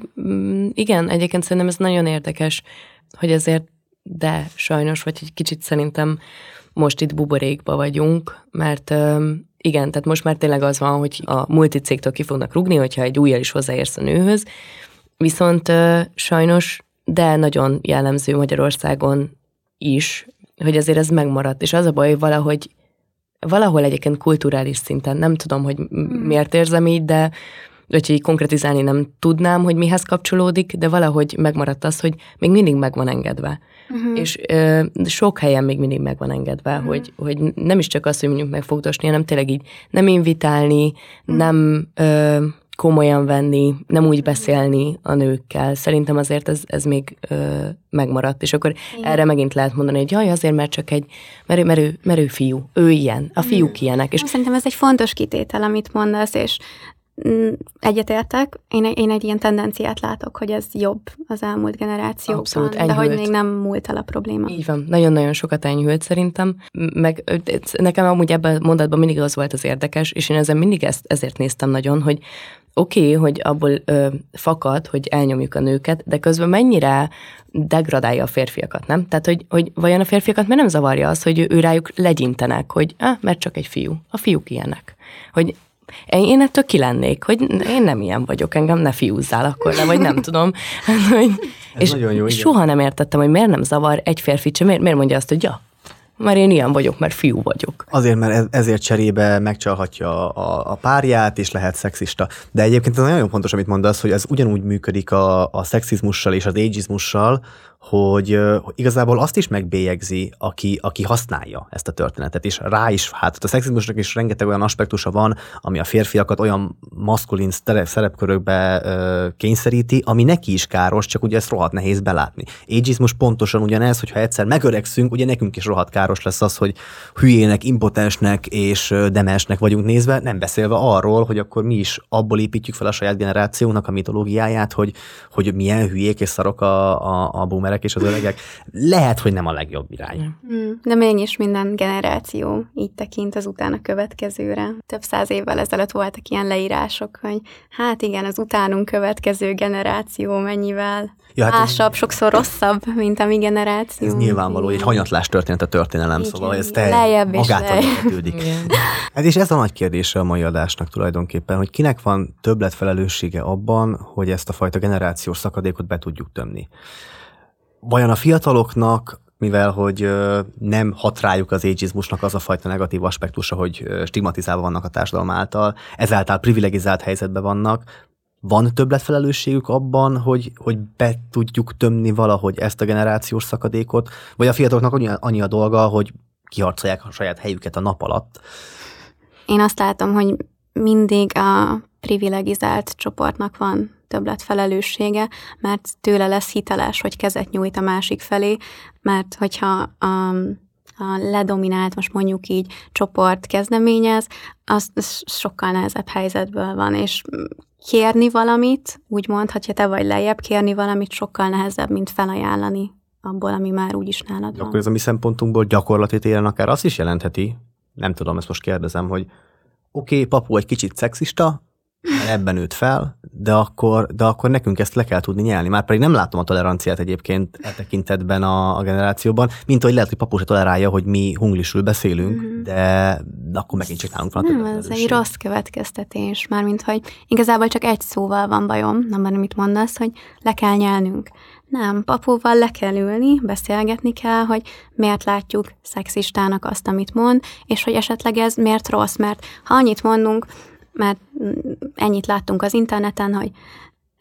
igen, egyébként szerintem ez nagyon érdekes, hogy ezért, de sajnos, vagy egy kicsit szerintem most itt buborékba vagyunk, mert igen, tehát most már tényleg az van, hogy a multicégtől ki fognak rúgni, hogyha egy ujjal is hozzáérsz a nőhöz, viszont sajnos, de nagyon jellemző Magyarországon is, hogy azért ez megmaradt, és az a baj, hogy valahogy valahol egyébként kulturális szinten, nem tudom, hogy miért érzem így, de vagy hogy konkretizálni nem tudnám, hogy mihez kapcsolódik, de valahogy megmaradt az, hogy még mindig meg van engedve. Uh-huh. És ö, sok helyen még mindig meg van engedve, uh-huh. hogy, hogy nem is csak az, hogy mondjuk megfogdosni, hanem tényleg így nem invitálni, uh-huh. nem ö, komolyan venni, nem úgy beszélni a nőkkel. Szerintem azért ez, ez még ö, megmaradt, és akkor igen. erre megint lehet mondani, hogy jaj, azért, mert csak egy merő, merő, merő fiú, ő ilyen, a fiúk uh-huh. ilyenek. És szerintem ez egy fontos kitétel, amit mondasz, és egyetértek, én, én egy ilyen tendenciát látok, hogy ez jobb az elmúlt generációkban, abszolút, de hogy még nem múlt el a probléma. Így van, nagyon-nagyon sokat enyhült szerintem, meg nekem amúgy ebben a mondatban mindig az volt az érdekes, és én ezen mindig ezt, ezért néztem nagyon, hogy oké, okay, hogy abból ö, fakad, hogy elnyomjuk a nőket, de közben mennyire degradálja a férfiakat, nem? Tehát, hogy, hogy vajon a férfiakat miért nem zavarja az, hogy ő rájuk legyintenek, hogy ah, mert csak egy fiú, a fiúk ilyenek. Hogy én ettől ki lennék, hogy én nem ilyen vagyok, engem ne fiúzzál akkor le, vagy nem tudom. Hogy, és jó, soha nem értettem, hogy miért nem zavar egy férfit sem, miért, miért mondja azt, hogy ja, mert én ilyen vagyok, mert fiú vagyok. Azért, mert ezért cserébe megcsalhatja a, a párját, és lehet szexista. De egyébként ez nagyon fontos, amit mondasz, hogy ez ugyanúgy működik a, a szexizmussal és az ageizmussal, hogy igazából azt is megbélyegzi, aki, aki használja ezt a történetet, és rá is, hát a szexizmusnak is rengeteg olyan aspektusa van, ami a férfiakat olyan maszkulin szerepkörökbe ö, kényszeríti, ami neki is káros, csak ugye ezt rohadt nehéz belátni. Ageizmus pontosan ugyanez, hogyha egyszer megöregszünk, ugye nekünk is rohadt káros lesz az, hogy hülyének, impotensnek és demensnek vagyunk nézve, nem beszélve arról, hogy akkor mi is abból építjük fel a saját generációnak a mitológiáját, hogy, hogy milyen hülyék és szarok a, a, a boomerek és az öregek. Lehet, hogy nem a legjobb irány. De mégis minden generáció így tekint az utána következőre. Több száz évvel ezelőtt voltak ilyen leírások, hogy hát igen, az utánunk következő generáció mennyivel ja, hát másabb, ez, sokszor rosszabb, mint a mi generáció. Ez nyilvánvaló, egy hanyatlás történet a történelem, igen, szóval ez te magától vetődik. Hát és ez a nagy kérdése a mai adásnak tulajdonképpen, hogy kinek van többletfelelőssége abban, hogy ezt a fajta generációs szakadékot be tudjuk tömni. Vajon a fiataloknak, mivel hogy nem hat rájuk az ageizmusnak az a fajta negatív aspektusa, hogy stigmatizálva vannak a társadalom által, ezáltal privilegizált helyzetben vannak, van többletfelelősségük abban, hogy, hogy be tudjuk tömni valahogy ezt a generációs szakadékot, vagy a fiataloknak annyi, annyi a dolga, hogy kiharcolják a saját helyüket a nap alatt? Én azt látom, hogy mindig a privilegizált csoportnak van többletfelelőssége, mert tőle lesz hiteles, hogy kezet nyújt a másik felé, mert hogyha a, a ledominált, most mondjuk így, csoport kezdeményez, az, az sokkal nehezebb helyzetből van, és kérni valamit, úgymond, ha te vagy lejjebb, kérni valamit sokkal nehezebb, mint felajánlani abból, ami már úgyis nálad van. Akkor ez a mi szempontunkból gyakorlati téren akár azt is jelentheti, nem tudom, ezt most kérdezem, hogy oké, okay, papu egy kicsit szexista, ebben nőtt fel, de akkor, de akkor nekünk ezt le kell tudni nyelni. Már pedig nem látom a toleranciát egyébként e tekintetben a, a generációban, mint hogy lehet, hogy papu se tolerálja, hogy mi hunglisül beszélünk, mm-hmm. de, de akkor megint csak nálunk van. Nem, ez egy rossz következtetés, mármint, hogy igazából csak egy szóval van bajom, nem benne mit mondasz, hogy le kell nyelnünk. Nem, papuval le kell ülni, beszélgetni kell, hogy miért látjuk szexistának azt, amit mond, és hogy esetleg ez miért rossz, mert ha annyit mondunk, mert ennyit láttunk az interneten, hogy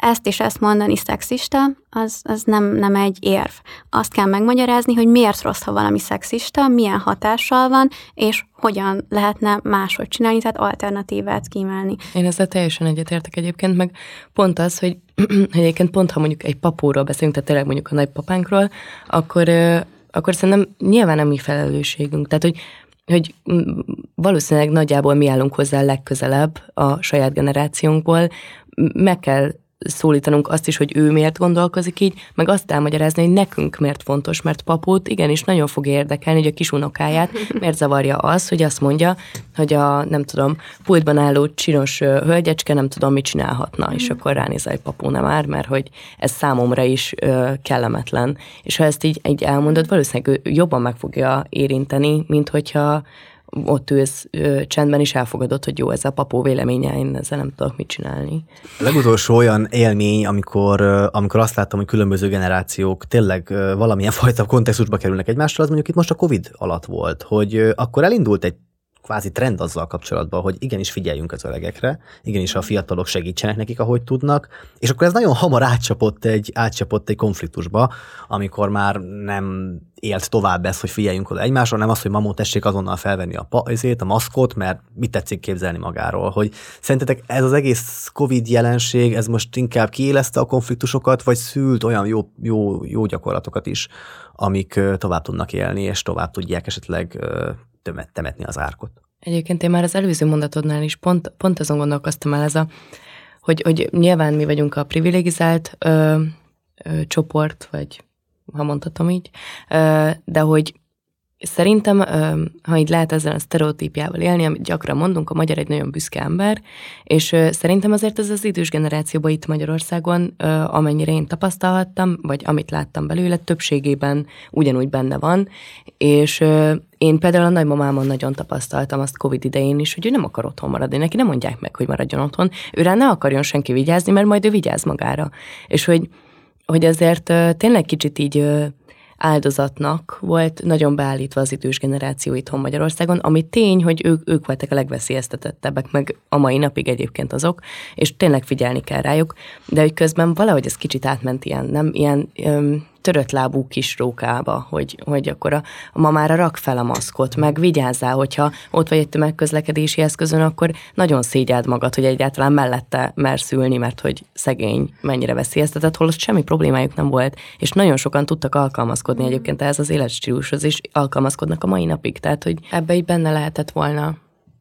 ezt és ezt mondani szexista, az, az nem, nem egy érv. Azt kell megmagyarázni, hogy miért rossz, ha valami szexista, milyen hatással van, és hogyan lehetne máshogy csinálni, tehát alternatívát kímélni. Én ezzel teljesen egyetértek egyébként, meg pont az, hogy, hogy egyébként pont, ha mondjuk egy papóról beszélünk, tehát tényleg mondjuk a nagypapánkról, akkor, akkor szerintem nyilván nem mi felelősségünk. Tehát, hogy hogy valószínűleg nagyjából mi állunk hozzá a legközelebb a saját generációnkból, meg kell szólítanunk azt is, hogy ő miért gondolkozik így, meg azt elmagyarázni, hogy nekünk miért fontos, mert papót igenis nagyon fog érdekelni, hogy a kisunokáját miért zavarja az, hogy azt mondja, hogy a, nem tudom, pultban álló csinos hölgyecske nem tudom, mit csinálhatna, és akkor ránéz egy papó nem már, mert hogy ez számomra is ö, kellemetlen. És ha ezt így, így elmondod, valószínűleg ő jobban meg fogja érinteni, mint hogyha ott ülsz ö, csendben is elfogadod, hogy jó, ez a papó véleménye, én ezzel nem tudok mit csinálni. A legutolsó olyan élmény, amikor, amikor azt láttam, hogy különböző generációk tényleg valamilyen fajta kontextusba kerülnek egymással, az mondjuk itt most a Covid alatt volt, hogy akkor elindult egy kvázi trend azzal kapcsolatban, hogy igenis figyeljünk az öregekre, igenis a fiatalok segítsenek nekik, ahogy tudnak, és akkor ez nagyon hamar átcsapott egy, átcsapott egy konfliktusba, amikor már nem élt tovább ez, hogy figyeljünk oda egymásra, nem az, hogy mamó, tessék azonnal felvenni a, azért, a maszkot, mert mit tetszik képzelni magáról, hogy szerintetek ez az egész Covid jelenség, ez most inkább kiélezte a konfliktusokat, vagy szült olyan jó, jó, jó gyakorlatokat is, amik tovább tudnak élni, és tovább tudják esetleg temetni az árkot. Egyébként én már az előző mondatodnál is pont, pont azon gondolkoztam el, ez a, hogy, hogy nyilván mi vagyunk a privilegizált ö, ö, csoport, vagy ha mondhatom így, ö, de hogy szerintem, ö, ha így lehet ezzel a sztereotípiával élni, amit gyakran mondunk, a magyar egy nagyon büszke ember, és ö, szerintem azért ez az idős generációban itt Magyarországon, ö, amennyire én tapasztalhattam, vagy amit láttam belőle, többségében ugyanúgy benne van, és ö, én például a nagymamámon nagyon tapasztaltam azt Covid idején is, hogy ő nem akar otthon maradni, neki nem mondják meg, hogy maradjon otthon, őre ne akarjon senki vigyázni, mert majd ő vigyáz magára. És hogy, hogy ezért uh, tényleg kicsit így uh, áldozatnak volt nagyon beállítva az idős generáció itthon Magyarországon, ami tény, hogy ők, ők voltak a legveszélyeztetettebbek, meg a mai napig egyébként azok, és tényleg figyelni kell rájuk, de hogy közben valahogy ez kicsit átment ilyen, nem ilyen um, törött lábú kis rókába, hogy, hogy akkor a, a mamára rak fel a maszkot, meg vigyázzál, hogyha ott vagy egy tömegközlekedési eszközön, akkor nagyon szégyeld magad, hogy egyáltalán mellette mersz ülni, mert hogy szegény mennyire veszélyeztetett, holott semmi problémájuk nem volt, és nagyon sokan tudtak alkalmazkodni egyébként ehhez az életstílushoz, és alkalmazkodnak a mai napig, tehát hogy ebbe így benne lehetett volna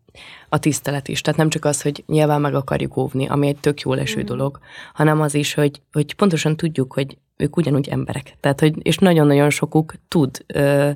a tisztelet is. Tehát nem csak az, hogy nyilván meg akarjuk óvni, ami egy tök jól eső dolog, hanem az is, hogy, hogy pontosan tudjuk, hogy ők ugyanúgy emberek. Tehát, hogy, és nagyon-nagyon sokuk tud ö,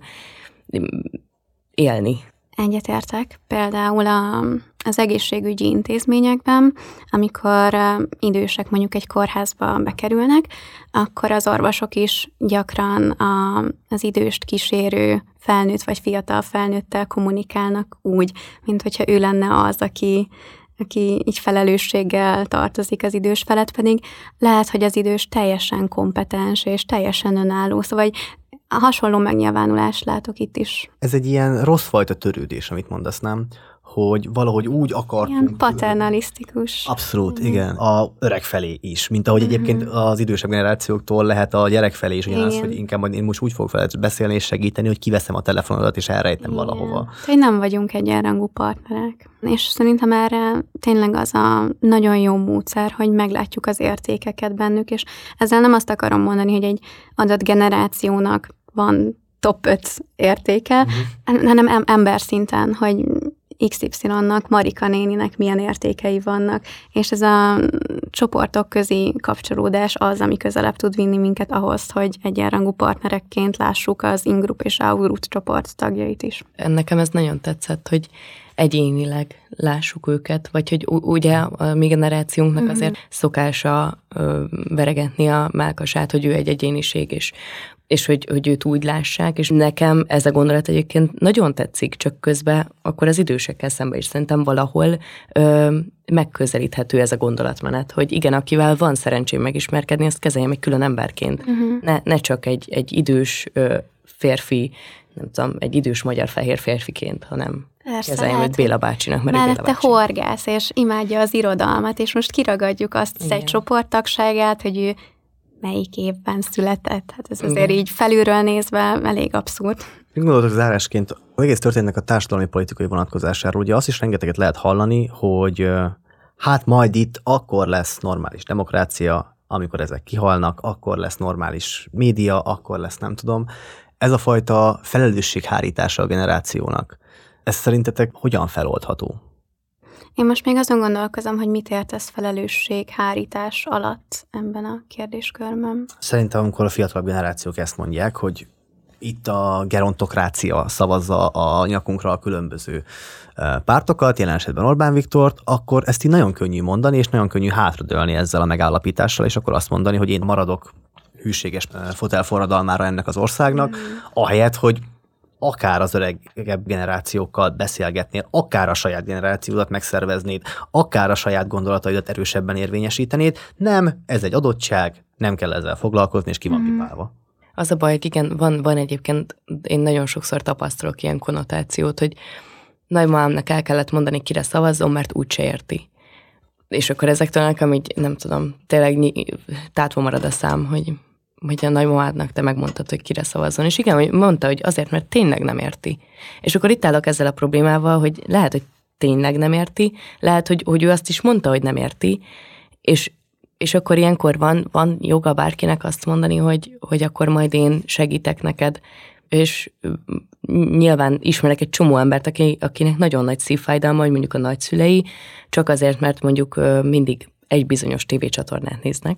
élni. Egyetértek. Például a, az egészségügyi intézményekben, amikor idősek mondjuk egy kórházba bekerülnek, akkor az orvosok is gyakran a, az időst kísérő felnőtt vagy fiatal felnőttel kommunikálnak úgy, mint hogyha ő lenne az, aki aki így felelősséggel tartozik az idős felett, pedig lehet, hogy az idős teljesen kompetens és teljesen önálló, szóval hasonló megnyilvánulást látok itt is. Ez egy ilyen rossz fajta törődés, amit mondasz, nem? Hogy valahogy úgy akartunk... Ilyen paternalisztikus. Abszolút, mm. igen. A öreg felé is. Mint ahogy mm. egyébként az idősebb generációktól lehet a gyerek felé is ugyanaz, igen. hogy inkább majd én most úgy fogok veled beszélni és segíteni, hogy kiveszem a telefonodat és elrejtem igen. valahova. Tehát nem vagyunk egyenrangú partnerek. És szerintem erre tényleg az a nagyon jó módszer, hogy meglátjuk az értékeket bennük, és ezzel nem azt akarom mondani, hogy egy adott generációnak van top öt értéke, mm. hanem ember szinten, hogy iksz ipszilonnak, Marika néninek milyen értékei vannak, és ez a csoportok közi kapcsolódás az, ami közelebb tud vinni minket ahhoz, hogy egyenrangú partnerekként lássuk az in-group és out-group csoport tagjait is. Nekem ez nagyon tetszett, hogy egyénileg lássuk őket, vagy hogy ugye a mi generációnknak mm-hmm. azért szokása ö, veregetni a mellkasát, hogy ő egy egyéniség, és és hogy, hogy őt úgy lássák, és nekem ez a gondolat egyébként nagyon tetszik, csak közben akkor az idősekkel szemben is szerintem valahol ö, megközelíthető ez a gondolatmenet, hogy igen, akivel van szerencsém megismerkedni, azt kezeljem egy külön emberként. Uh-huh. Ne, ne csak egy, egy idős ö, férfi, nem tudom, egy idős magyar fehér férfiként, hanem kezeljem őt Béla bácsinak, mert Béla mellette bácsi. horgász, és imádja az irodalmat, és most kiragadjuk azt Igen. egy csoporttagságát, hogy ő melyik évben született. Hát ez azért Igen. így felülről nézve elég abszurd. Mit gondoltok zárásként az egész történetnek a társadalmi politikai vonatkozásáról? Ugye azt is rengeteget lehet hallani, hogy hát majd itt akkor lesz normális demokrácia, amikor ezek kihalnak, akkor lesz normális média, akkor lesz nem tudom. Ez a fajta felelősséghárítása a generációnak, ez szerintetek hogyan feloldható? Én most még azon gondolkozom, hogy mit értesz felelősséghárítás alatt ebben a kérdéskörben. Szerintem, amikor a fiatalabb generációk ezt mondják, hogy itt a gerontokrácia szavazza a nyakunkra a különböző pártokat, jelen esetben Orbán Viktort, akkor ezt így nagyon könnyű mondani, és nagyon könnyű hátradőlni ezzel a megállapítással, és akkor azt mondani, hogy én maradok hűséges fotelforradalmára ennek az országnak, mm. ahelyett, hogy akár az öregebb generációkkal beszélgetnél, akár a saját generációdat megszerveznéd, akár a saját gondolataidat erősebben érvényesítenéd. Nem, ez egy adottság, nem kell ezzel foglalkozni, és ki van mm. pipálva. Az a baj, hogy igen, van, van egyébként, én nagyon sokszor tapasztalok ilyen konnotációt, hogy nagymamámnak el kellett mondani, kire szavazzon, mert úgyse érti. És akkor ezektől nekem így, nem tudom, tényleg tátva marad a szám, hogy, hogy a nagymamádnak te megmondtad, hogy kire szavazzon. És igen, hogy mondta, hogy azért, mert tényleg nem érti. És akkor itt állok ezzel a problémával, hogy lehet, hogy tényleg nem érti, lehet, hogy, hogy ő azt is mondta, hogy nem érti, és És akkor ilyenkor van, van joga bárkinek azt mondani, hogy, hogy akkor majd én segítek neked. És nyilván ismerek egy csomó embert, aki, akinek nagyon nagy szívfájdalma, hogy mondjuk a nagyszülei, csak azért, mert mondjuk mindig egy bizonyos tévécsatornát néznek,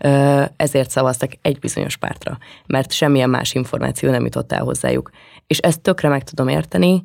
ezért szavaztak egy bizonyos pártra, mert semmilyen más információ nem jutott el hozzájuk. És ezt tökre meg tudom érteni,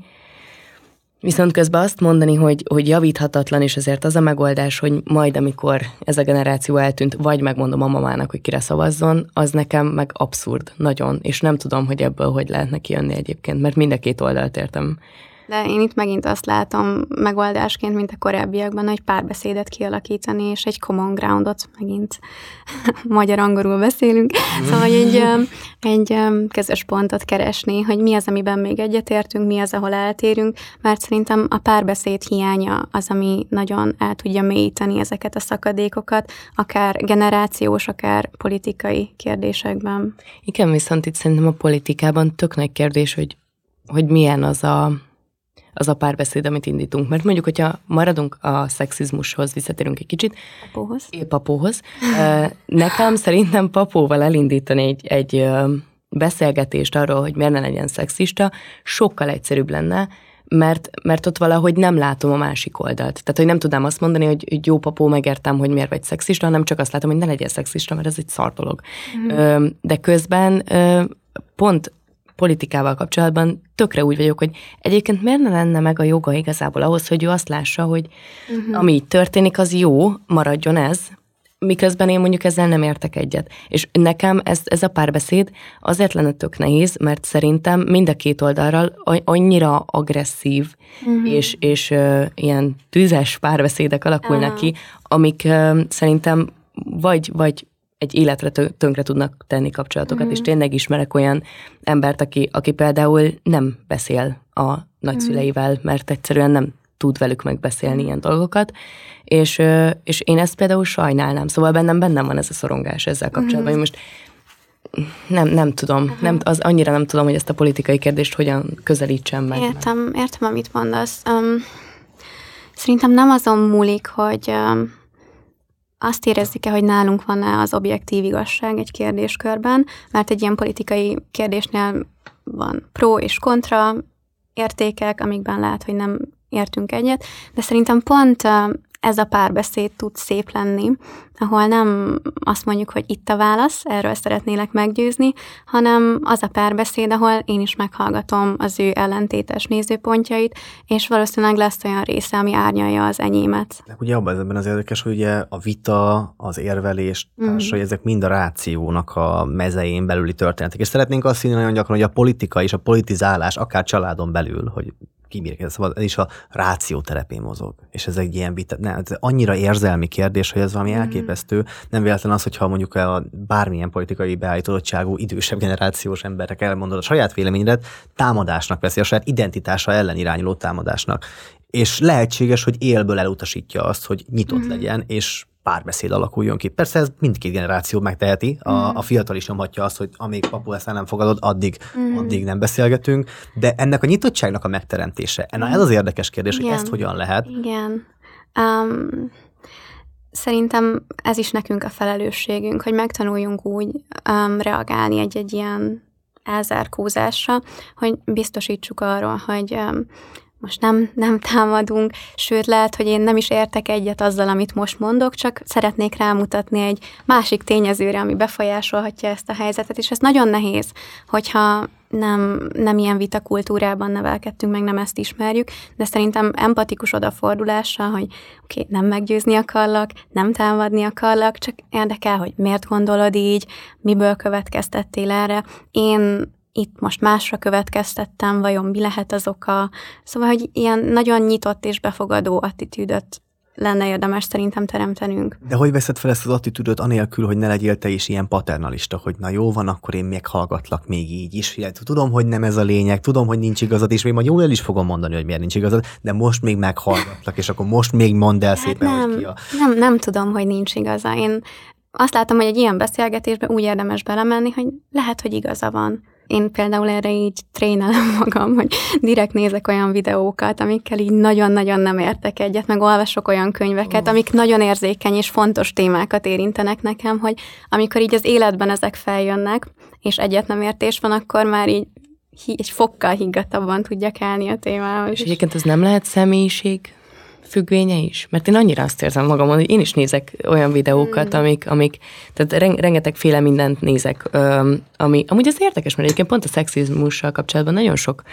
viszont közben azt mondani, hogy, hogy javíthatatlan, és ezért az a megoldás, hogy majd, amikor ez a generáció eltűnt, vagy megmondom a mamának, hogy kire szavazzon, az nekem meg abszurd, nagyon, és nem tudom, hogy ebből hogy lehetne kijönni egyébként, mert mind a két oldalt értem. De én itt megint azt látom megoldásként, mint a korábbiakban, hogy párbeszédet kialakítani, és egy common groundot, megint magyar-angolul beszélünk, szóval egy, egy közös pontot keresni, hogy mi az, amiben még egyetértünk, mi az, ahol eltérünk, mert szerintem a párbeszéd hiánya az, ami nagyon el tudja mélyíteni ezeket a szakadékokat, akár generációs, akár politikai kérdésekben. Igen, viszont itt szerintem a politikában tök nagy kérdés, hogy, hogy milyen az a az a párbeszéd, amit indítunk. Mert mondjuk, hogyha maradunk a szexizmushoz, visszatérünk egy kicsit. Papóhoz. Papóhoz. Nekem szerintem papóval elindítani egy, egy beszélgetést arról, hogy miért ne legyen szexista, sokkal egyszerűbb lenne, mert, mert ott valahogy nem látom a másik oldalt. Tehát, hogy nem tudnám azt mondani, hogy, hogy jó papó, megértem, hogy miért vagy szexista, hanem csak azt látom, hogy ne legyen szexista, mert ez egy szar dolog. Mm. De közben pont politikával kapcsolatban tökre úgy vagyok, hogy egyébként miért ne lenne meg a joga igazából ahhoz, hogy ő azt lássa, hogy uh-huh. ami így történik, az jó, maradjon ez, miközben én mondjuk ezzel nem értek egyet. És nekem ez, ez a párbeszéd azért lenne tök nehéz, mert szerintem mind a két oldalról annyira agresszív uh-huh. és, és uh, ilyen tüzes párbeszédek alakulnak uh-huh. ki, amik uh, szerintem vagy, vagy egy életre tönkre tudnak tenni kapcsolatokat, mm. és tényleg ismerek olyan embert, aki, aki például nem beszél a nagyszüleivel, mert egyszerűen nem tud velük megbeszélni mm. ilyen dolgokat, és, és én ezt például sajnálnám, szóval bennem bennem van ez a szorongás ezzel kapcsolatban, mm. hogy most nem, nem tudom, uh-huh. nem, az annyira nem tudom, hogy ezt a politikai kérdést hogyan közelítsem meg. Értem, értem, amit mondasz. Um, szerintem nem azon múlik, hogy um, azt érezzük-e, hogy nálunk van-e az objektív igazság egy kérdéskörben, mert egy ilyen politikai kérdésnél van pro és kontra értékek, amikben lehet, hogy nem értünk egyet, de szerintem pont ez a párbeszéd tud szép lenni, ahol nem azt mondjuk, hogy itt a válasz, erről szeretnélek meggyőzni, hanem az a párbeszéd, ahol én is meghallgatom az ő ellentétes nézőpontjait, és valószínűleg lesz olyan része, ami árnyalja az enyémet. De ugye abban ebben az érdekes, hogy ugye a vita, az érvelés, mm. hogy ezek mind a rációnak a mezején belüli történetek. És szeretnénk azt hinni nagyon gyakran, hogy a politika és a politizálás, akár családon belül, hogy kibírják, ez is a ráció terepén mozog. És ez egy ilyen vita, ne, ez annyira érzelmi kérdés, hogy ez valami mm. elképesztő. Nem véletlen az, hogyha mondjuk a bármilyen politikai beállítottságú, idősebb generációs emberek elmondod a saját véleményedet, támadásnak veszi, a saját identitása ellen irányuló támadásnak. És lehetséges, hogy élből elutasítja azt, hogy nyitott mm. legyen, és párbeszéd alakuljon ki. Persze ez mindkét generáció megteheti, a, mm. a fiatal is nyomhatja azt, hogy amíg papu ezt nem fogadod, addig, mm. addig nem beszélgetünk, de ennek a nyitottságnak a megteremtése, mm. ez az érdekes kérdés, igen. hogy ezt hogyan lehet. Igen. Um, szerintem ez is nekünk a felelősségünk, hogy megtanuljunk úgy um, reagálni egy-egy ilyen elzárkózásra, hogy biztosítsuk arról, hogy um, most nem, nem támadunk, sőt lehet, hogy én nem is értek egyet azzal, amit most mondok, csak szeretnék rámutatni egy másik tényezőre, ami befolyásolhatja ezt a helyzetet, és ez nagyon nehéz, hogyha nem, nem ilyen vitakultúrában nevelkedtünk, meg nem ezt ismerjük, de szerintem empatikus odafordulással, hogy oké, okay, nem meggyőzni akarlak, nem támadni akarlak, csak érdekel, hogy miért gondolod így, miből következtettél erre. Én itt most másra következtettem, vajon mi lehet az oka. Szóval, hogy ilyen nagyon nyitott és befogadó attitűdöt lenne érdemes szerintem teremtenünk. De hogy veszed fel ezt az attitűdöt anélkül, hogy ne legyél te is ilyen paternalista, hogy na jó van, akkor én meghallgatlak még így is. Tudom, hogy nem ez a lényeg, tudom, hogy nincs igazad, és még majd jól el is fogom mondani, hogy miért nincs igazad, de most még meghallgatlak, és akkor most még mondd el hát szépen, nem, hogy ki a... Nem, nem tudom, hogy nincs igaza. Én azt látom, hogy egy ilyen beszélgetésbe úgy érdemes belemenni, hogy lehet, hogy igaza van. Én például erre így trénelem magam, hogy direkt nézek olyan videókat, amikkel így nagyon-nagyon nem értek egyet, meg olvasok olyan könyveket, amik nagyon érzékeny és fontos témákat érintenek nekem, hogy amikor így az életben ezek feljönnek, és egyet nem értés van, akkor már így egy fokkal higgadtabban tudjak állni a témához. És egyébként ez nem lehet személyiség függvénye is? Mert én annyira azt érzem magamon, hogy én is nézek olyan videókat, mm. amik, amik, tehát rengetegféle mindent nézek, ami amúgy az érdekes, mert egyébként pont a szexizmussal kapcsolatban nagyon sok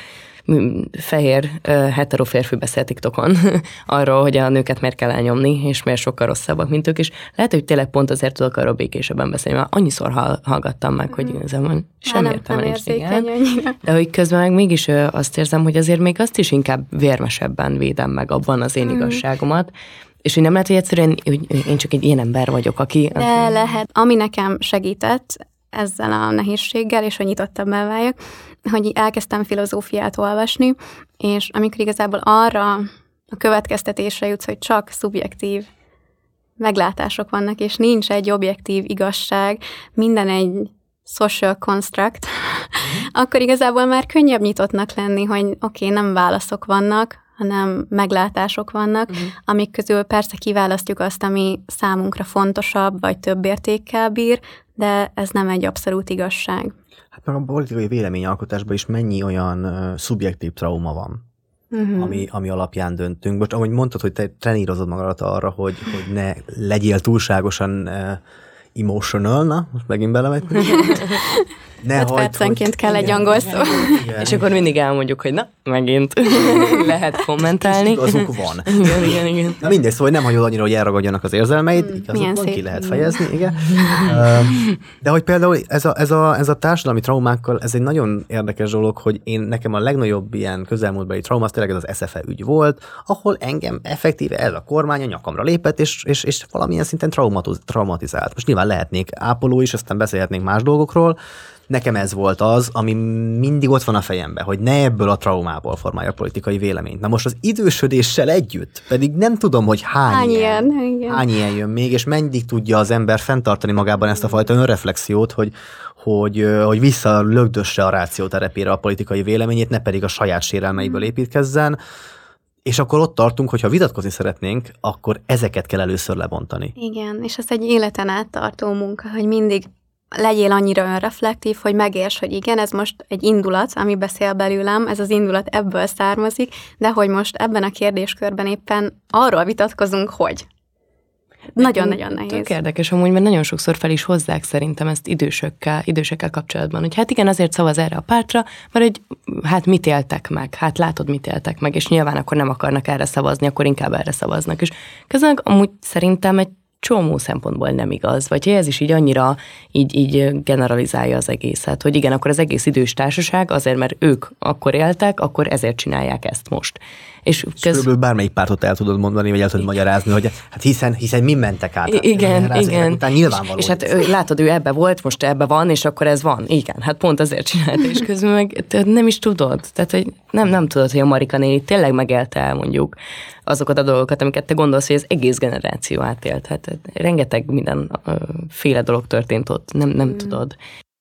fehér hetero férfi beszél TikTokon arról, hogy a nőket miért kell elnyomni, és miért sokkal rosszabbak, mint ők, és lehet, hogy tényleg pont azért tudok arról békésebben beszélni, mert annyiszor hallgattam meg, hogy igazából sem értem el is, igen. De hogy közben meg mégis azt érzem, hogy azért még azt is inkább vérmesebben védem meg abban az én mm. igazságomat, és hogy nem lehet, hogy egyszerűen hogy én csak egy ilyen ember vagyok, aki... De aki... lehet. Ami nekem segített ezzel a nehézséggel, és hogy nyitottabbá váljak, hogy elkezdtem filozófiát olvasni, és amikor igazából arra a következtetésre jutsz, hogy csak szubjektív meglátások vannak, és nincs egy objektív igazság, minden egy social construct, akkor igazából már könnyebb nyitottnak lenni, hogy oké, okay, nem válaszok vannak, hanem meglátások vannak, uh-huh. amik közül persze kiválasztjuk azt, ami számunkra fontosabb, vagy több értékkel bír, de ez nem egy abszolút igazság. Hát meg a politikai véleményalkotásban is mennyi olyan uh, szubjektív trauma van, uh-huh. ami, ami alapján döntünk. Most, ahogy mondtad, hogy te trenírozod magadat arra, hogy, hogy ne legyél túlságosan uh, emotional, na, most megint belemegyünk. öt percenként kell egy angol szó. És akkor mindig elmondjuk, hogy na, megint lehet kommentálni. Igazuk van. Igen, igen, igen. Na mindegy, szóval nem hagyod annyira, hogy elragadjanak az érzelmeid, igazuk van, ki lehet fejezni, igen. De hogy például ez a, ez, a, ez a társadalmi traumákkal, ez egy nagyon érdekes dolog, hogy én nekem a legnagyobb ilyen közelmúltbeli trauma, az tényleg ez az es ef e ügy volt, ahol engem effektíve ez a kormány a nyakamra lépett, és, és, és valamilyen szinten traumatizált. Most nyilván lehetnék ápoló is, aztán beszélhetnénk más dolgokról. Nekem ez volt az, ami mindig ott van a fejemben, hogy ne ebből a traumából formálja a politikai véleményt. Na most az idősödéssel együtt, pedig nem tudom, hogy hány, hány, ilyen, ilyen, hány ilyen jön még, és mennyit tudja az ember fenntartani magában ezt a fajta önreflexiót, hogy, hogy, hogy visszalögdösse a ráció terepére a politikai véleményét, ne pedig a saját sérelmeiből építkezzen. És akkor ott tartunk, hogy ha vitatkozni szeretnénk, akkor ezeket kell először lebontani. Igen, és ez egy életen át tartó munka, hogy mindig legyél annyira önreflektív, hogy megérts, hogy igen, ez most egy indulat, ami beszél belőlem, ez az indulat ebből származik, de hogy most ebben a kérdéskörben éppen arról vitatkozunk, hogy. Nagyon-nagyon nehéz. Tök érdekes amúgy, mert nagyon sokszor fel is hozzák szerintem ezt idősökkel, idősekkel kapcsolatban, hogy hát igen, azért szavaz erre a pártra, mert hogy hát mit éltek meg, hát látod, mit éltek meg, és nyilván akkor nem akarnak erre szavazni, akkor inkább erre szavaznak. És közben amúgy szerintem egy csomó szempontból nem igaz, vagy ez is így annyira így, így generalizálja az egészet, hogy igen, akkor az egész idős társaság azért, mert ők akkor éltek, akkor ezért csinálják ezt most. És köz... Körülbelül bármelyik pártot el tudod mondani, vagy el tudod magyarázni, hogy hát hiszen, hiszen mi mentek át. Igen, hát, igen. Után nyilvánvaló. És hát ő, látod, ő ebbe volt, most ebbe van, és akkor ez van. Igen, hát pont azért csinálta, és közben meg nem is tudod. Tehát, hogy nem, nem tudod, hogy a Marika néni tényleg megélte el mondjuk azokat a dolgokat, amiket te gondolsz, hogy az egész generáció átélt. Hát rengeteg mindenféle dolog történt ott, nem, nem mm. tudod.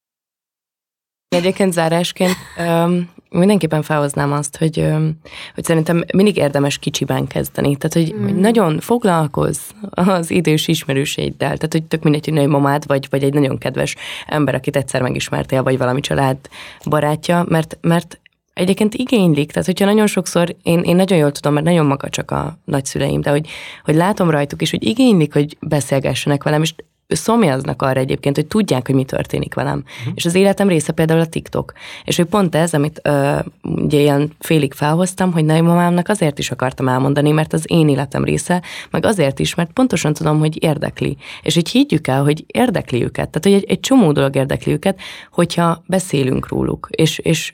Egyébként zárásként um, mindenképpen felhoznám azt, hogy, um, hogy szerintem mindig érdemes kicsiben kezdeni. Tehát, hogy, mm. hogy nagyon foglalkozz az idős ismerőseiddel. Tehát, hogy tök mindegy, hogy nagymamád, vagy, vagy egy nagyon kedves ember, akit egyszer megismertél, vagy valami család barátja, mert, mert egyébként igénylik, tehát hogyha nagyon sokszor, én, én nagyon jól tudom, mert nagyon makacsak a nagyszüleim, de hogy, hogy látom rajtuk is, hogy igénylik, hogy beszélgessenek velem, és szomjaznak arra egyébként, hogy tudják, hogy mi történik velem. Uh-huh. És az életem része például a TikTok. És hogy pont ez, amit ö, ugye ilyen félig felhoztam, hogy nagymamámnak azért is akartam elmondani, mert az én életem része, meg azért is, mert pontosan tudom, hogy érdekli. És így higgyük el, hogy érdekli őket. Tehát, hogy egy, egy csomó dolog érdekli őket, hogyha beszélünk róluk. És, és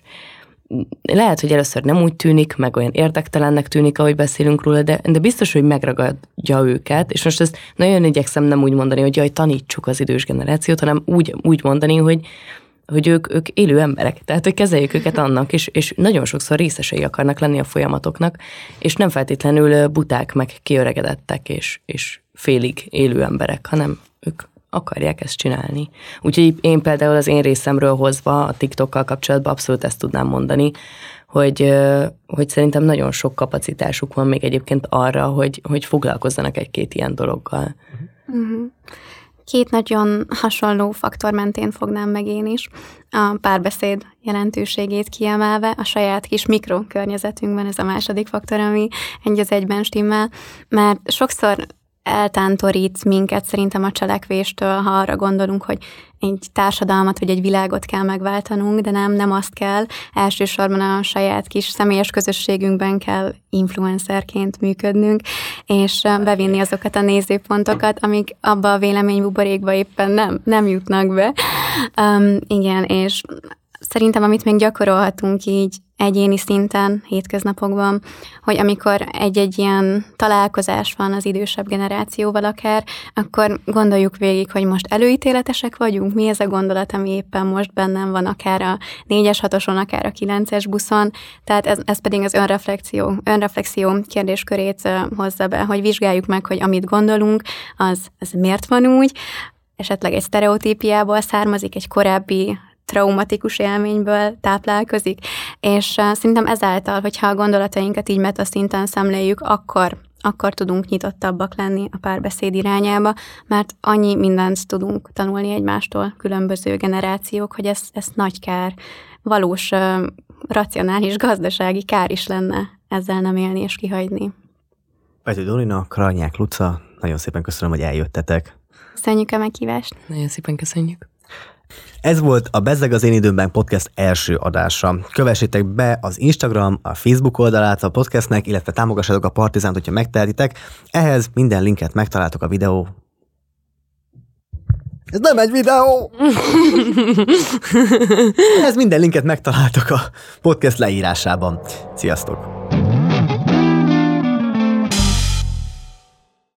lehet, hogy először nem úgy tűnik, meg olyan érdektelennek tűnik, ahogy beszélünk róla, de, de biztos, hogy megragadja őket, és most ezt nagyon igyekszem nem úgy mondani, hogy jaj, tanítsuk az idős generációt, hanem úgy, úgy mondani, hogy, hogy ők, ők élő emberek, tehát hogy kezeljük őket annak, és, és nagyon sokszor részesei akarnak lenni a folyamatoknak, és nem feltétlenül buták, meg kiöregedettek, és, és félig élő emberek, hanem ők akarják ezt csinálni. Úgyhogy én például az én részemről hozva a TikTokkal kapcsolatban abszolút ezt tudnám mondani, hogy, hogy szerintem nagyon sok kapacitásuk van még egyébként arra, hogy, hogy foglalkozzanak egy-két ilyen dologgal. Uh-huh. Két nagyon hasonló faktor mentén fognám meg én is. A párbeszéd jelentőségét kiemelve, a saját kis mikrokörnyezetünkben ez a második faktor, ami egy az egyben stimmel, mert sokszor eltántorít minket szerintem a cselekvéstől, ha arra gondolunk, hogy egy társadalmat, vagy egy világot kell megváltanunk, de nem, nem azt kell. Elsősorban a saját kis személyes közösségünkben kell influencerként működnünk, és bevinni azokat a nézőpontokat, amik abba a véleménybuborékba éppen nem, nem jutnak be. Um, igen, és szerintem, amit még gyakorolhatunk így egyéni szinten, hétköznapokban, hogy amikor egy-egy ilyen találkozás van az idősebb generációval akár, akkor gondoljuk végig, hogy most előítéletesek vagyunk, mi ez a gondolat, ami éppen most bennem van, akár a négyes, hatoson, akár a kilences buszon, tehát ez, ez pedig az önreflexió, önreflexió kérdéskörét hozza be, hogy vizsgáljuk meg, hogy amit gondolunk, az, az miért van úgy, esetleg egy sztereotípiából származik, egy korábbi traumatikus élményből táplálkozik, és uh, szerintem ezáltal, hogyha a gondolatainkat így metaszinten szemléljük, akkor, akkor tudunk nyitottabbak lenni a párbeszéd irányába, mert annyi mindent tudunk tanulni egymástól, különböző generációk, hogy ez, ez nagy kár, valós, uh, racionális, gazdasági kár is lenne ezzel nem élni és kihagyni. Pető Dorina, Krajnyák Luca, nagyon szépen köszönöm, hogy eljöttetek. Köszönjük a meghívást. Nagyon szépen köszönjük. Ez volt a Bezzeg az én időmben podcast első adása. Kövessétek be az Instagram, a Facebook oldalát a podcastnek, illetve támogassátok a Partizánt, hogyha megtehetitek. Ehhez minden linket megtaláltok a videó. Ez nem egy videó! Ehhez minden linket megtaláltok a podcast leírásában. Sziasztok!